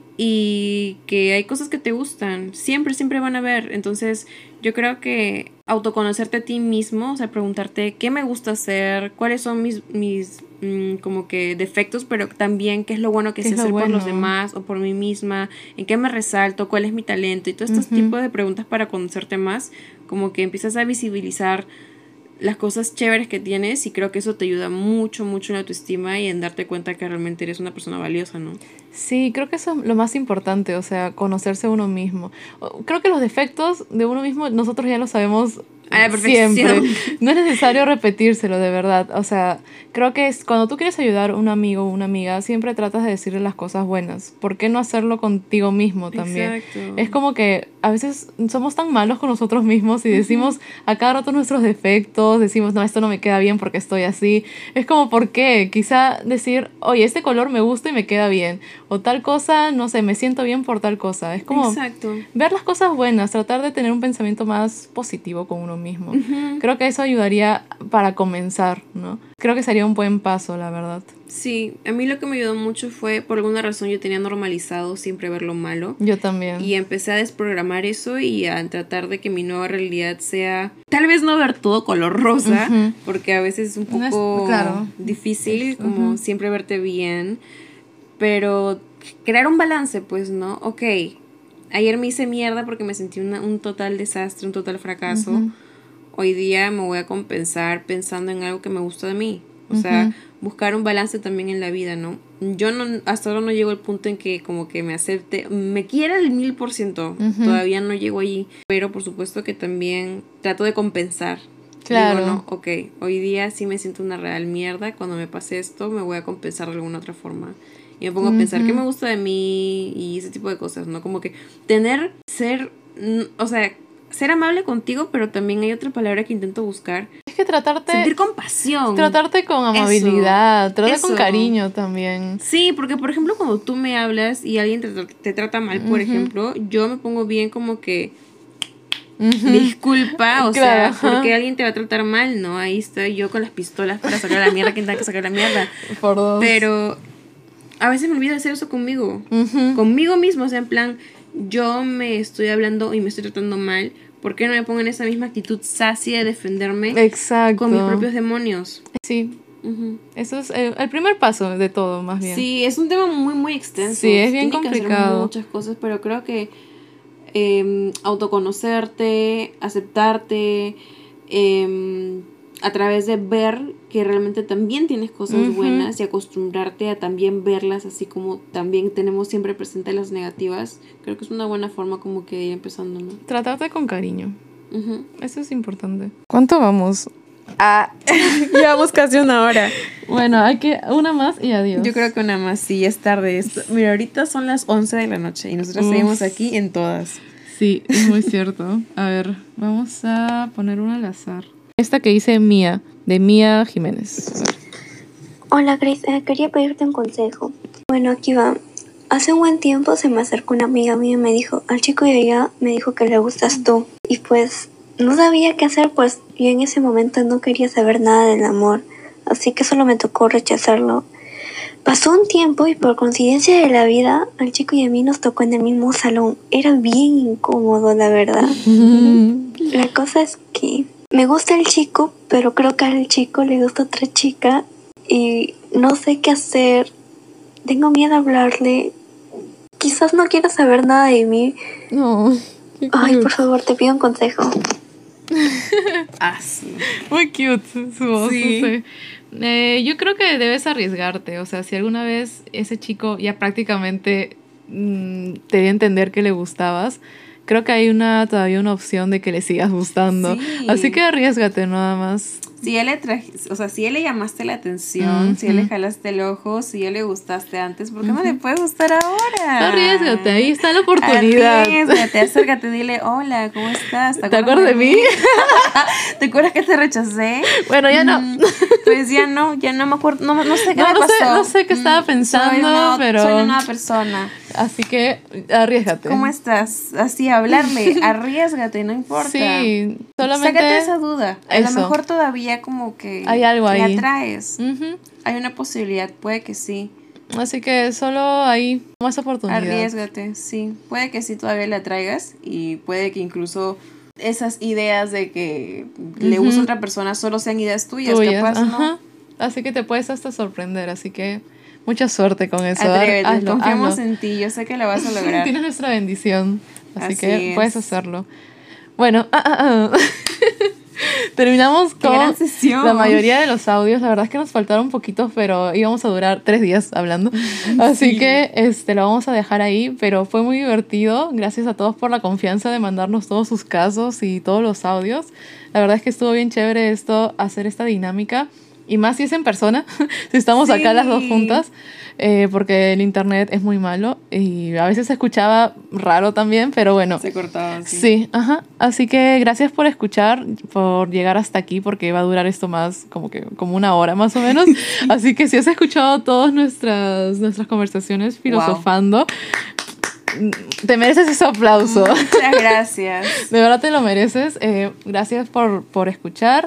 y que hay cosas que te gustan. Siempre, siempre van a haber. Entonces, yo creo que autoconocerte a ti mismo, o sea, preguntarte qué me gusta hacer, cuáles son mis, mis mm, como que defectos, pero también qué es lo bueno que ¿Qué sé es lo hacer por los bueno? demás o por mí misma, en qué me resalto, cuál es mi talento y todo estos Ujú. tipos de preguntas para conocerte más, como que empiezas a visibilizar las cosas chéveres que tienes y creo que eso te ayuda mucho, mucho en la autoestima y en darte cuenta que realmente eres una persona valiosa, ¿no? Sí, creo que eso es lo más importante, o sea, conocerse a uno mismo. O- Creo que los defectos de uno mismo nosotros ya lo sabemos A la perfección. siempre. No es necesario repetírselo, de verdad. O sea, creo que es cuando tú quieres ayudar a un amigo o una amiga, siempre tratas de decirle las cosas buenas. ¿Por qué no hacerlo contigo mismo también? Exacto. Es como que a veces somos tan malos con nosotros mismos y decimos a cada rato nuestros defectos, decimos, no, esto no me queda bien porque estoy así. Es como, ¿por qué? Quizá decir, oye, este color me gusta y me queda bien. O tal cosa, no sé, me siento bien por tal cosa. Es como Exacto. ver las cosas buenas, tratar de tener un pensamiento más positivo con uno mismo. Ujú. Creo que eso ayudaría para comenzar, ¿no? Creo que sería un buen paso, la verdad. Sí, a mí lo que me ayudó mucho fue, por alguna razón yo tenía normalizado siempre ver lo malo. Yo también. Y empecé a desprogramar eso y a tratar de que mi nueva realidad sea, tal vez no ver todo color rosa, Ujú. porque a veces es un No es- poco claro. difícil, Es- como ujú. siempre verte bien, pero crear un balance, pues, ¿no? Ok, ayer me hice mierda porque me sentí una- un total desastre, un total fracaso. Ujú. Hoy día me voy a compensar pensando en algo que me gusta de mí. O sea, Ujú. buscar un balance también en la vida, ¿no? Yo no, hasta ahora no llego al punto en que como que me acepte, me quiera al mil por ciento. Ujú. Todavía no llego allí. Pero por supuesto que también trato de compensar. Claro. Digo, no, ok, hoy día sí me siento una real mierda. Cuando me pase esto, me voy a compensar de alguna otra forma. Y me pongo a pensar Ujú. qué me gusta de mí y ese tipo de cosas, ¿no? Como que tener, ser, mm, o sea, ser amable contigo, pero también hay otra palabra que intento buscar. Es que tratarte... Sentir compasión. Tratarte con Eso, amabilidad, tratar con eso. cariño también. Sí, porque por ejemplo cuando tú me hablas y alguien te, te trata mal, por Ujú. ejemplo, yo me pongo bien como que Ujú. disculpa, o Claro, sea, ajá. porque alguien te va a tratar mal, ¿no? Ahí estoy yo con las pistolas para sacar la mierda, quien tenga que sacar la mierda. Por dos. Pero a veces me olvido de hacer eso conmigo. Ujú. Conmigo mismo, o sea, en plan, yo me estoy hablando y me estoy tratando mal, ¿por qué no me pongo en esa misma actitud sassy de defenderme Exacto. con mis propios demonios? Sí. Uh-huh. Eso es el, el primer paso de todo, más bien. Sí, es un tema muy, muy extenso. Sí, es bien Tiene complicado. que hacer muchas cosas, pero creo que eh, autoconocerte, aceptarte, eh, a través de ver que realmente también tienes cosas uh-huh. buenas y acostumbrarte a también verlas, así como también tenemos siempre presentes las negativas, creo que es una buena forma como que ir empezando, ¿no? Tratarte con cariño. Uh-huh. Eso es importante. ¿Cuánto vamos? Ah, llevamos casi una hora. Bueno, hay que una más y adiós. Yo creo que una más, sí, ya es tarde esto. Mira, ahorita son las once de la noche y nosotros Uf. seguimos aquí en todas. Sí, es muy cierto. A ver, vamos a poner una al azar. Esta que dice Mía, de Mía Jiménez. Hola Grace, eh, quería pedirte un consejo. Bueno, aquí va. Hace un buen tiempo se me acercó una amiga mía y me dijo, al chico de allá me dijo que le gustas tú. Y pues no sabía qué hacer, pues yo en ese momento no quería saber nada del amor, así que solo me tocó rechazarlo. Pasó un tiempo y por coincidencia de la vida, al chico y a mí nos tocó en el mismo salón. Era bien incómodo, la verdad. La cosa es que me gusta el chico, pero creo que al chico le gusta otra chica y no sé qué hacer. Tengo miedo a hablarle. Quizás no quiera saber nada de mí. No. Ay, por favor, te pido un consejo. Ah, sí. Muy cute su voz. Sí. No sé. Eh, yo creo que debes arriesgarte. O sea, si alguna vez ese chico ya prácticamente mmm, te dio a entender que le gustabas, creo que hay una todavía una opción de que le sigas gustando. Sí. Así que arriesgate nada más. Si él le traje, o sea, si él le llamaste la atención, uh-huh. si él le jalaste el ojo, si él le gustaste antes, ¿por qué uh-huh. no le puede gustar ahora? Arriesgate, ahí está la oportunidad. Arriesgate, acércate, dile, hola, ¿cómo estás? ¿Te, ¿Te acuerdas de mí? ¿Te acuerdas que te rechacé? Bueno, ya no. Mm, pues ya no, ya no me acuerdo, no, no sé qué no, me no pasó. Sé, no sé qué estaba pensando, soy una, pero... Soy una nueva persona. Así que arriesgate. ¿Cómo estás? Así, hablarle, arriesgate, no importa. Sí, solamente... Sácate esa duda. A Eso. lo mejor todavía como que... Hay algo ahí. Le atraes. Uh-huh. Hay una posibilidad, puede que sí. Así que solo ahí, más oportunidad. Arriesgate, sí. Puede que sí todavía le atraigas y puede que incluso esas ideas de que uh-huh. le gusta a otra persona solo sean ideas tuyas, tuyas. capaz, ¿no? Ajá. Así que te puedes hasta sorprender, así que... Mucha suerte con eso. Atrévete, hazlo, confiamos hazlo. en ti, yo sé que lo vas a lograr. Tienes nuestra bendición, así, así que es. puedes hacerlo. Bueno, ah, ah, ah. terminamos con la mayoría de los audios. La verdad es que nos faltaron poquitos, pero íbamos a durar tres días hablando. Así sí. que este, lo vamos a dejar ahí, pero fue muy divertido. Gracias a todos por la confianza de mandarnos todos sus casos y todos los audios. La verdad es que estuvo bien chévere esto, hacer esta dinámica. Y más si es en persona, si estamos sí. acá las dos juntas, eh, porque el internet es muy malo y a veces se escuchaba raro también, pero bueno. Se cortaba, sí. Sí, ajá. Así que gracias por escuchar, por llegar hasta aquí, porque va a durar esto más, como que como una hora más o menos. sí. Así que si has escuchado todas nuestras, nuestras conversaciones filosofando, wow. te mereces ese aplauso. Muchas gracias. De verdad te lo mereces. Eh, gracias por, por escuchar.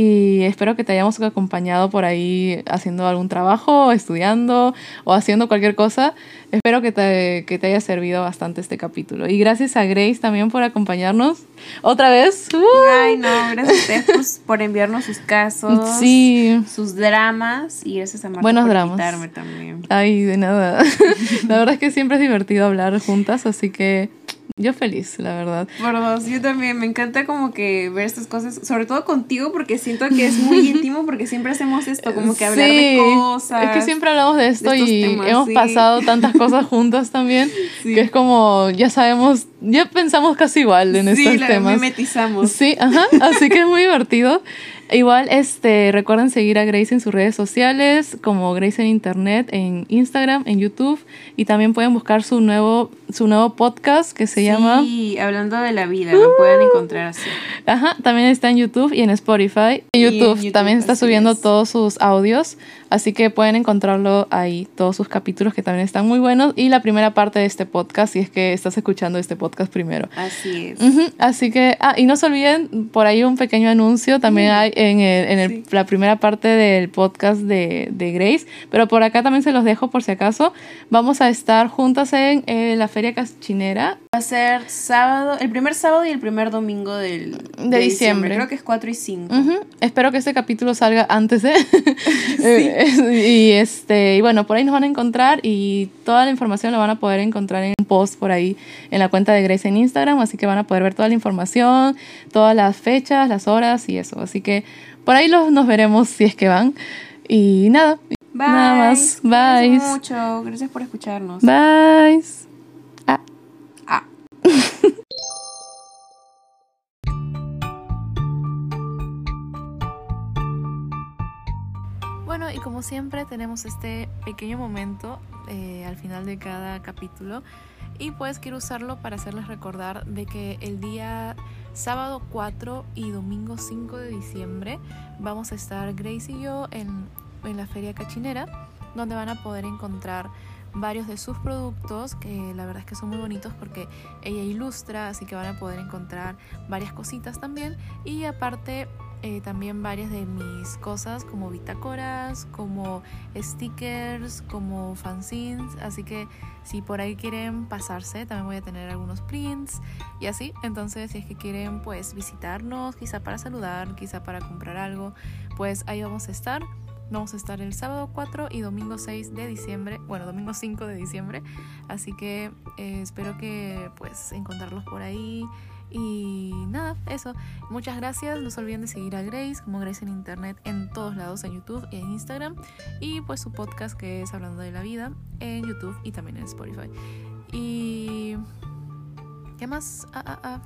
Y espero que te hayamos acompañado por ahí haciendo algún trabajo, estudiando o haciendo cualquier cosa. Espero que te, que te haya servido bastante este capítulo. Y gracias a Grace también por acompañarnos otra vez. Uh. Ay, no, gracias a ustedes pues, por enviarnos sus casos, sí. sus dramas. Y gracias a Marta Buenos por dramas. invitarme también. Ay, de nada. La verdad es que siempre es divertido hablar juntas, así que... Yo feliz, la verdad. Por dos, yo también. Me encanta como que ver estas cosas, sobre todo contigo, porque siento que es muy íntimo, porque siempre hacemos esto, como que hablar sí, de cosas. Es que siempre hablamos de esto de y temas, hemos sí. pasado tantas cosas juntas también, sí. que es como, ya sabemos, ya pensamos casi igual en sí, estos la temas. mimetizamos. Sí, ajá, así que es muy divertido. Igual, este, recuerden seguir a Grace en sus redes sociales, como Grace en Internet, en Instagram, en YouTube, y también pueden buscar su nuevo, su nuevo podcast que se sí, llama... Sí, Hablando de la Vida, uh, lo pueden encontrar así. Ajá, también está en YouTube y en Spotify. En YouTube, en YouTube también está subiendo es. todos sus audios, así que pueden encontrarlo ahí, todos sus capítulos que también están muy buenos, y la primera parte de este podcast, si es que estás escuchando este podcast primero. Así es. Uh-huh, así que, ah, y no se olviden, por ahí un pequeño anuncio, también mm. hay en, el, en el, sí. la primera parte del podcast de, de Grace, pero por acá también se los dejo por si acaso. Vamos a estar juntas en eh, la Feria Cachinera. Va a ser sábado, el primer sábado y el primer domingo del, de, de diciembre. diciembre. Creo que es cuatro y cinco. Uh-huh. Espero que este capítulo salga antes, ¿eh? Sí. y, este, y bueno, por ahí nos van a encontrar y toda la información la van a poder encontrar en un post por ahí en la cuenta de Grace en Instagram, así que van a poder ver toda la información, todas las fechas, las horas y eso. Así que por ahí los, nos veremos si es que van. Y nada, Bye. nada más. Bye. Gracias mucho. Gracias por escucharnos. Bye. Ah. Ah. Bueno, y como siempre tenemos este pequeño momento eh, al final de cada capítulo, y pues quiero usarlo para hacerles recordar de que el día sábado cuatro y domingo cinco de diciembre vamos a estar Grace y yo en, en la Feria Cachinera, donde van a poder encontrar varios de sus productos, que la verdad es que son muy bonitos porque ella ilustra, así que van a poder encontrar varias cositas también, y aparte eh, también varias de mis cosas como bitácoras, como stickers, como fanzines, así que si por ahí quieren pasarse, también voy a tener algunos prints y así. Entonces si es que quieren pues visitarnos, quizá para saludar, quizá para comprar algo, pues ahí vamos a estar. Vamos a estar el sábado cuatro y domingo seis de diciembre, bueno, domingo cinco de diciembre, así que eh, espero que pues encontrarlos por ahí. Y nada, eso, muchas gracias. No se olviden de seguir a Grace como Grace en Internet en todos lados, en YouTube y en Instagram, y pues su podcast que es Hablando de la Vida en YouTube y también en Spotify. Y ¿qué más? Ah, ah, ah.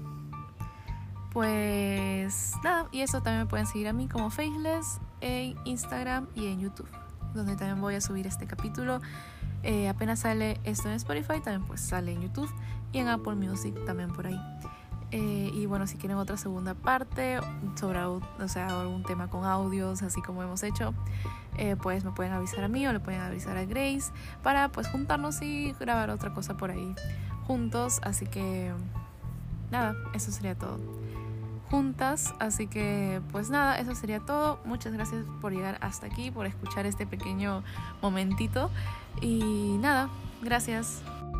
Pues nada, y eso, también me pueden seguir a mí como Faceless en Instagram y en YouTube, donde también voy a subir este capítulo. Eh, apenas sale esto en Spotify, también pues sale en YouTube y en Apple Music también por ahí. Eh, y bueno, si quieren otra segunda parte sobre, o sea, algún tema con audios, así como hemos hecho, eh, pues me pueden avisar a mí o le pueden avisar a Grace para pues juntarnos y grabar otra cosa por ahí juntos. Así que nada, eso sería todo. Juntas, así que pues nada, eso sería todo. Muchas gracias por llegar hasta aquí, por escuchar este pequeño momentito y nada, gracias.